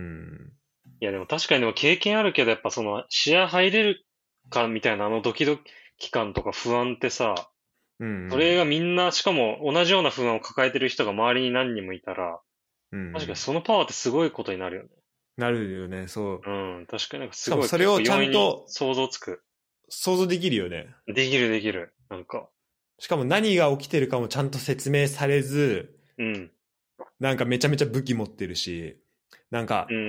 いやでも確かにでも経験あるけど、やっぱその試合入れるかみたいなあのドキドキ感とか不安ってさ、うんうん、それがみんな、しかも同じような不安を抱えてる人が周りに何人もいたら、うんうん、確かにそのパワーってすごいことになるよね。 なるよね、そう。 うん、確かになんかすごい。 それをちゃんと想像つく。 想像できるよね。 できるできる。なんか。 しかも何が起きてるかもちゃんと説明されず、 うん。 なんかめちゃめちゃ武器持ってるし、なんか、 うん。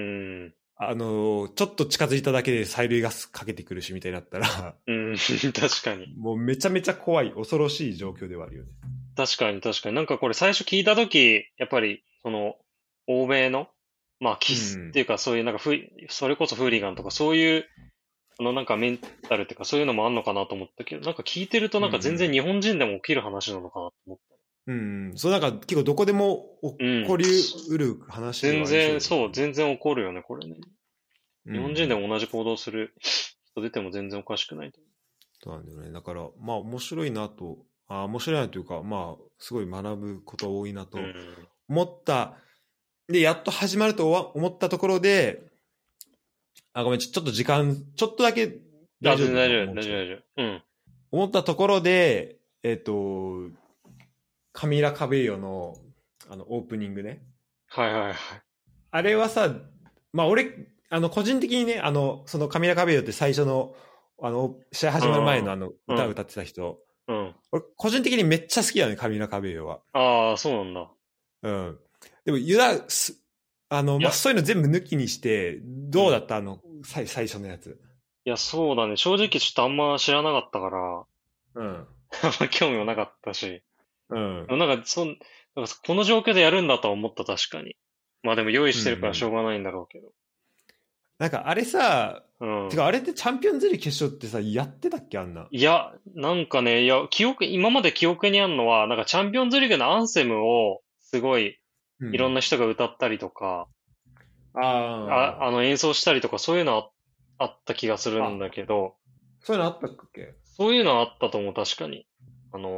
あのー、ちょっと近づいただけで催涙ガスかけてくるしみたいになったら、 うん、確かに。 もうめちゃめちゃ怖い、恐ろしい状況ではあるよね。 確かに確かに。なんかこれ最初聞いたとき、やっぱり、その、欧米の、まあ、キスっていうか、そういうなんかフ、それこそフーリガンとか、そういう、あのなんかメンタルっていうか、そういうのもあんのかなと思ったけど、なんか聞いてるとなんか全然日本人でも起きる話なのかなと思った。 うん、うん、そうなんか結構どこでも起こりうる話ではありそう、 ね、うん、全然、そう、全然起こるよね、これね。日本人でも同じ行動する人出ても全然おかしくないと思う。そうなんだよね。だから、まあ面白いなと、あ面白いなというか、まあ、すごい学ぶこと多いなと思った。うん、で、やっと始まると思ったところで、あ、ごめん、ちょっと時間、ちょっとだけ大丈夫大丈夫、大丈夫、大丈夫。うん。 思ったところで、えっ、ー、と、カミラ・カベイヨの、あの、オープニングね。 はいはいはい。 あれはさ、まあ俺、あの、個人的にね、あの、そのカミラ・カベイヨって最初の、あの、試合始まる前のあの、歌を歌ってた人。 うん。うん、 俺、個人的にめっちゃ好きだね、カミラ・カベイヨは。 ああ、そうなんだ。 うん。でも、ユダ、あの、まあ、そういうの全部抜きにして、どうだった、うん、あの、最、最初のやつ。 いや、そうだね。正直ちょっとあんま知らなかったから、 うん。 あんま興味もなかったし。 うん。 なんか、そん、なんかこの状況でやるんだとは思った、確かに。まあでも用意してるからしょうがないんだろうけど。うん、 なんかあれさ、 うん。 てかあれってチャンピオンズリーグ決勝ってさ、やってたっけあんな。 いや、なんかね、いや、記憶、今まで記憶にあるのは、なんかチャンピオンズリーグのアンセムを、すごい、いろんな人が歌ったりとか、 うん、ああ、あの演奏したりとか、そういうのああった気がするんだけど。 そういうのあったっけ？ そういうのあったと思う、確かに。あの、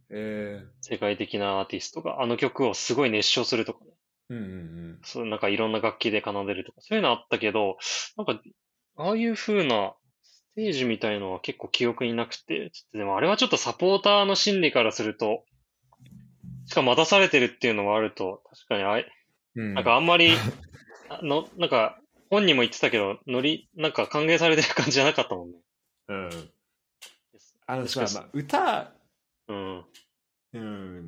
え世界的なアーティストがあの曲をすごい熱唱するとかね。 ー、うんうんうん。 そう、なんかいろんな楽器で奏でるとか、そういうのあったけど、なんか、ああいう風なステージみたいのは結構記憶になくて、ちょっとでもあれはちょっとサポーターの心理からすると、しかも待たされてるっていうのもあると、確かにあい、 うん。 なんかあんまり、あの、なんか、本人も言ってたけど、ノリ、なんか歓迎されてる感じじゃなかったもんね。 うん。 です。 あのさ、ま確かあ、歌、 うん。 うん、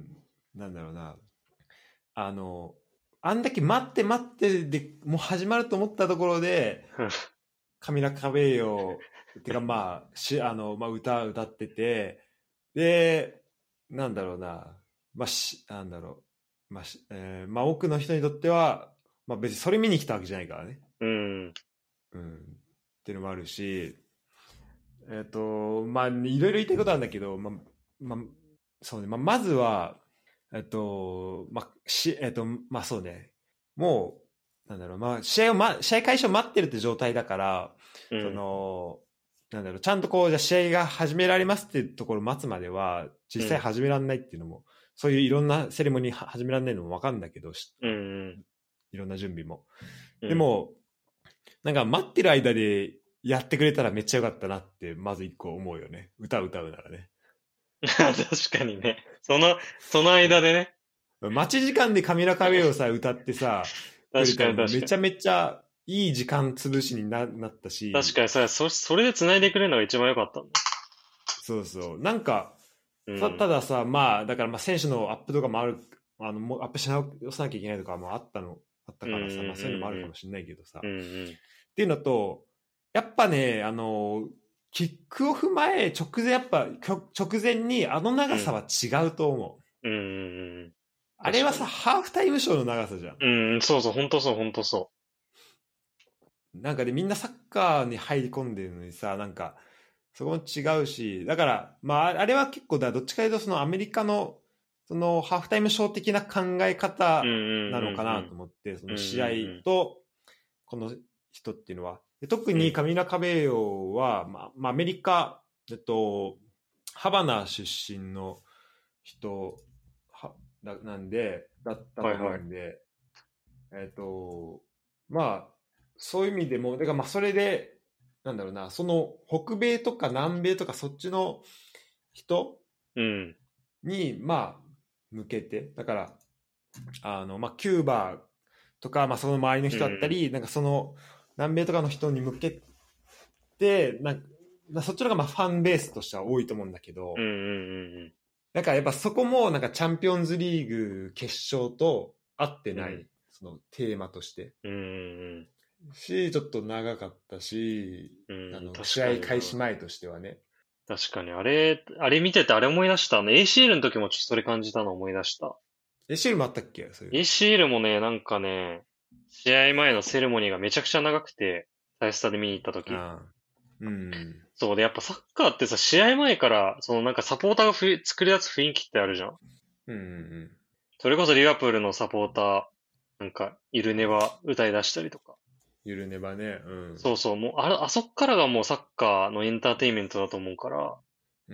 なんだろうな。あの、あんだけ待って待ってで、もう始まると思ったところで、カミラ・カベーヨってかまあ、しあの、まあ、歌歌ってて、で、なんだろうな、まあ、し、なんだろう、まあ、しえーまあ、多くの人にとっては、まあ別にそれ見に来たわけじゃないからね。 うん。 うん。っていうのもあるし、えっ、と、まあ、いろいろ言いたいことあるんだけど、まあ、まあ、そうね、まあ、まずは、えっと、まあ、し、えっと、まあそうね、もう、なんだろう、まあ、試合を、ま、試合開始を待ってるって状態だから、そうん。 の、なんだろう、ちゃんとこう、じゃあ試合が始められますっていうところを待つまでは、実際うん。 始められないっていうのも、そういういろんなセレモニー始められないのもわかるんだけど、しうん。 いろんな準備も。 うん。 でも、なんか待ってる間でやってくれたらめっちゃよかったなって、まず一個思うよね。歌歌うならね。 確かにね。その、その間でね。 待ち時間でカミラカベをさ、歌ってさ、くれ確たらかに確かに。 もうめちゃめちゃいい時間潰しにな、なったし、 確かに、それ、そ、それで繋いでくれるのが一番良かったんだ。 そうそう。なんか、た、たうん。 ださ、まあ、だからまあ選手のアップとかもある、あの、もうアップし直さなきゃいけないとかもあったの、あったうん。 からさ、まあそういうのもあるうん。 かもしれないけどさ。 うん。 っうん。 ていうのと、やっぱね、あの、キックオフ前、直前、やっぱ、直前にあの長さは違うと思う。 うん。うん。うん。 あれはさ、 確かに。 ハーフタイムショーの長さじゃん。 うん。そうそう、本当そう、本当そなんかでみんなサッカーに入り込んでるのにさ、なんか、そこも違うし、だから、まあ、あれは結構だ、どっちかというと、そのアメリカの、そのハーフタイムショー的な考えう。うん。 方なのかなうん。 と思って、そうん。うん。 の試合うん。 と、この人っていうのは。で特うん。 にカミラ・カベーヨは、まあ、まあ、アメリカ、えっと、ハバナ出身の人はだなんで、だったと思うはいはい。 んで、えっと、まあ、そういう意味でも、だからまあそれで、なんだろうな、その北米とか南米とかそっちの人うん。 に、まあ、向けて、だから、あの、まあ、キューバとか、まあ、その周りの人だったうん。 り、なんかその南米とかの人に向けて、なんかそっちの方がまあファンベースとしては多いと思うんだけど、 うん。うん。うん。 なんかやっぱそこもなんかチャンピオンズリーグ決勝と合ってうん。 ない、そのテーマとして。 うん。 し、ちょっと長かったし、 うん。 あの、試確か合にな。 開始前としてはね。 確かに、あれ、あれ見ててあれ思い出した。あの、エーシーエル の時もちょっとそれ感じたの思い出した。 え、シールもあったっけそういうの。 エーシーエル もね、なんかね、試合前のセレモニーがめちゃくちゃ長くて、サイスタで見に行った時。 ああ。うん。 そうで、やっぱサッカーってさ、試合前から、そのなんかサポーターがふい作り出す雰囲気ってあるじゃん。 うんうんそれこそリバプールのサポーター、なんか、イルネバ歌い出したりとか。 ゆるねばね。うん。 そうそう、もう、あれ、あそっからがもうサッカーのエンターテインメントだと思うから、 うん。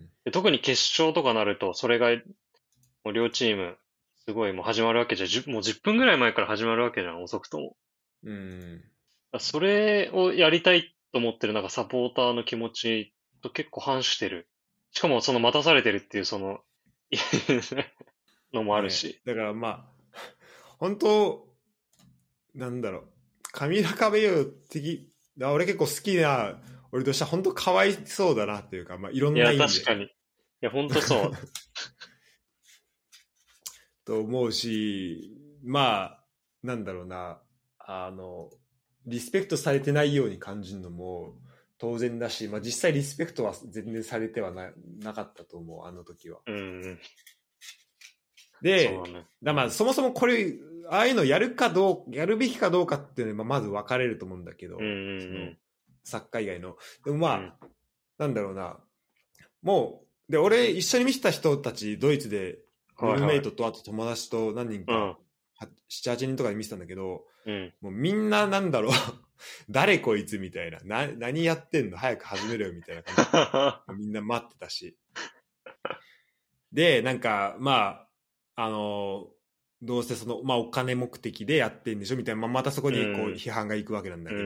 で特に決勝とかなると、それが、もう両チーム、すごいもう始まるわけじゃ、じゅもうじゅっぷんぐらい前から始まるわけじゃん、遅くとも。 うん。 それをやりたいと思ってるなんかサポーターの気持ちと結構反してる。しかもその待たされてるっていうそののもあるね。 し。 だからまあ、本当なんだろう。カミラ・カベヨ的、あ俺結構好きな、俺としては本当かわいそうだなっていうか、まあいろいや、 んな意味で。 確かに。いや、ほんとそう。 と思うし、まあ、なんだろうな、あの、リスペクトされてないように感じるのも当然だし、まあ実際リスペクトは全然されてはな、なかったと思う、あの時は。 うん。そうで、 だね。 だまあそもそもこれ、ああいうのやるかどう、やるべきかどうかっていうのはまず分かれると思うんだけど、 うんうその、 んサッカー以外の。でもうん。うん。 まあ、なんだろうな、もう、で、俺一緒に見てた人たち、ドイツで、ルームメイはいはい。 トとあと友達と何人か、 うん。 はなな、はちにんとかで見てたんだけど、 うん。 もうみんななんだろう誰こいつみたいな。な、何やってんの早く始めろよみたいな感じで。みんな待ってたし。 で、なんか、まあ、あの、どうせその、まあ、お金目的でやってんでしょみたいな、まあ、またそこにこう批判がいくわけなんだけど、 うん、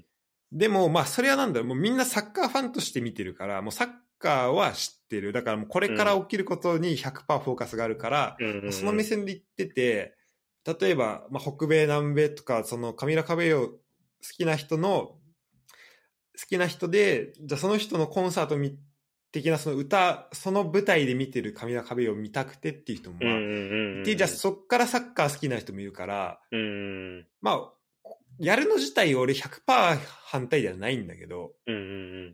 でも、まあ、それはなんだろう、もうみんなサッカーファンとして見てるから、もうサッカーは知ってる。だからもうこれから起きることに ひゃくパーセント フォーカスがあるから、 うん、 その目線で言ってて、例えば、まあ、北米、南米とか、そのカミラ・カベヨ好きな人の、好きな人で、じゃあその人のコンサートみ的なその歌、その舞台で見てるカミラ・カベヨを見たくてっていう人も、まあ、で、じゃあそっからサッカー好きな人もいるから、 うん、 まあ、やるの自体俺 ひゃくパーセント 反対ではないんだけど、 うん、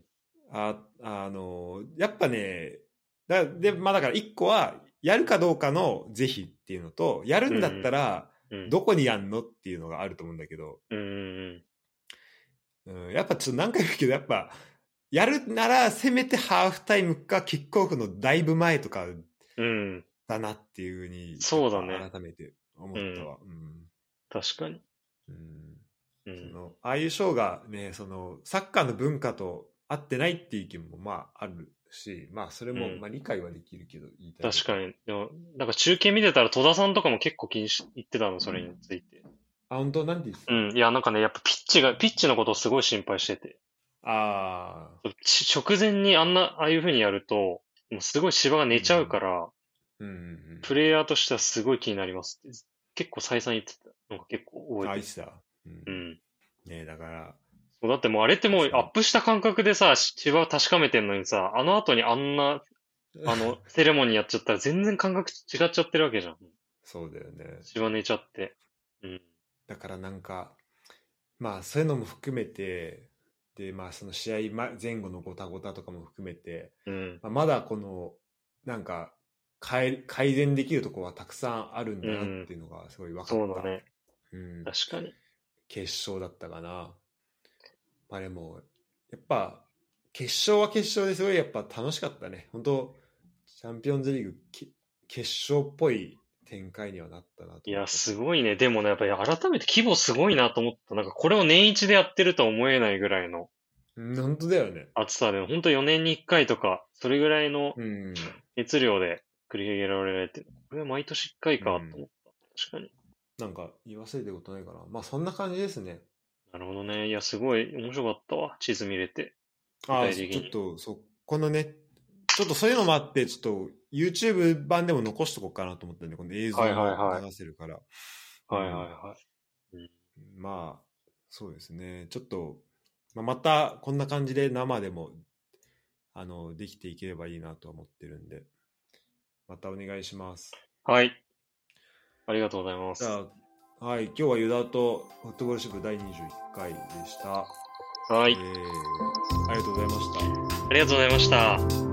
あ、あの、やっぱね、だで、まあだから一個は、やるかどうかの是非っていうのと、やるんだったら、どこにやんのっていうのがあると思うんだけど、 うんうん、やっぱちょっと何回も言うけど、やっぱ、やるならせめてハーフタイムかキックオフのだいぶ前とかだなっていうふうに、 そうだね。 改めて思ったわ。うんうん、 確かに。 うんうん、 そのああいうショーがね、そのサッカーの文化と合ってないっていう意見もまああるし、まあそれもまあ理解はできるけど、言いたい。 確かに。でも、なんか中継見てたら戸田さんとかも結構気にし言ってたの、それについて。 あ、本当？なんて言ってた？ うん。いや、なんかね、やっぱピッチが、ピッチのことをすごい心配してて。 ああ。 直前にあんな、ああいう風にやると、もうすごい芝が寝ちゃうから、 うんうんうん、 プレイヤーとしてはすごい気になりますって。結構再三言ってた。なんか結構覚えてる。 あ、いつだ。うん。うん、ねだから。 そうだってもうあれってもうアップした感覚でさ、芝を確かめてんのにさ、あの後にあんな、あの、セレモニーやっちゃったら全然感覚違っちゃってるわけじゃん。 そうだよね。 芝寝ちゃって。うん。 だからなんか、まあそういうのも含めて、で、まあその試合前後のごたごたとかも含めて、 うんまあ、まだこの、なんか改、改善できるところはたくさんあるんだなっていうのがすごい分かった。 うん、そうだね。 うん。 確かに。 決勝だったかな。まあでも、やっぱ、決勝は決勝ですごいやっぱ楽しかったね。本当チャンピオンズリーグ決勝っぽい展開にはなったなと。 いや、すごいね。でもね、やっぱり改めて規模すごいなと思った。なんかこれを年一でやってるとは思えないぐらいの。 本当だよね。 暑さで、本当よねんにいっかいとか、それぐらいの熱量で繰り広げられて、これは毎年いっかいかと思った。うん、確かに。 なんか言わせてることないかな。まあそんな感じですね。 なるほどね。いや、すごい面白かったわ。地図見れて。 ああ、ちょっと、そう、このね、ちょっとそういうのもあって、ちょっと YouTube 版でも残しとこうかなと思ったんで、この映像を流せるから。 はいはいはい。 うん、まあ、そうですね。ちょっと、まあ、またこんな感じで生でも、あの、できていければいいなと思ってるんで、またお願いします。 はい。ありがとうございます。 じゃあ、はい、今日はユダとフットボール支部だいにじゅういっかいでした。 はい、 えー。ありがとうございました。 ありがとうございました。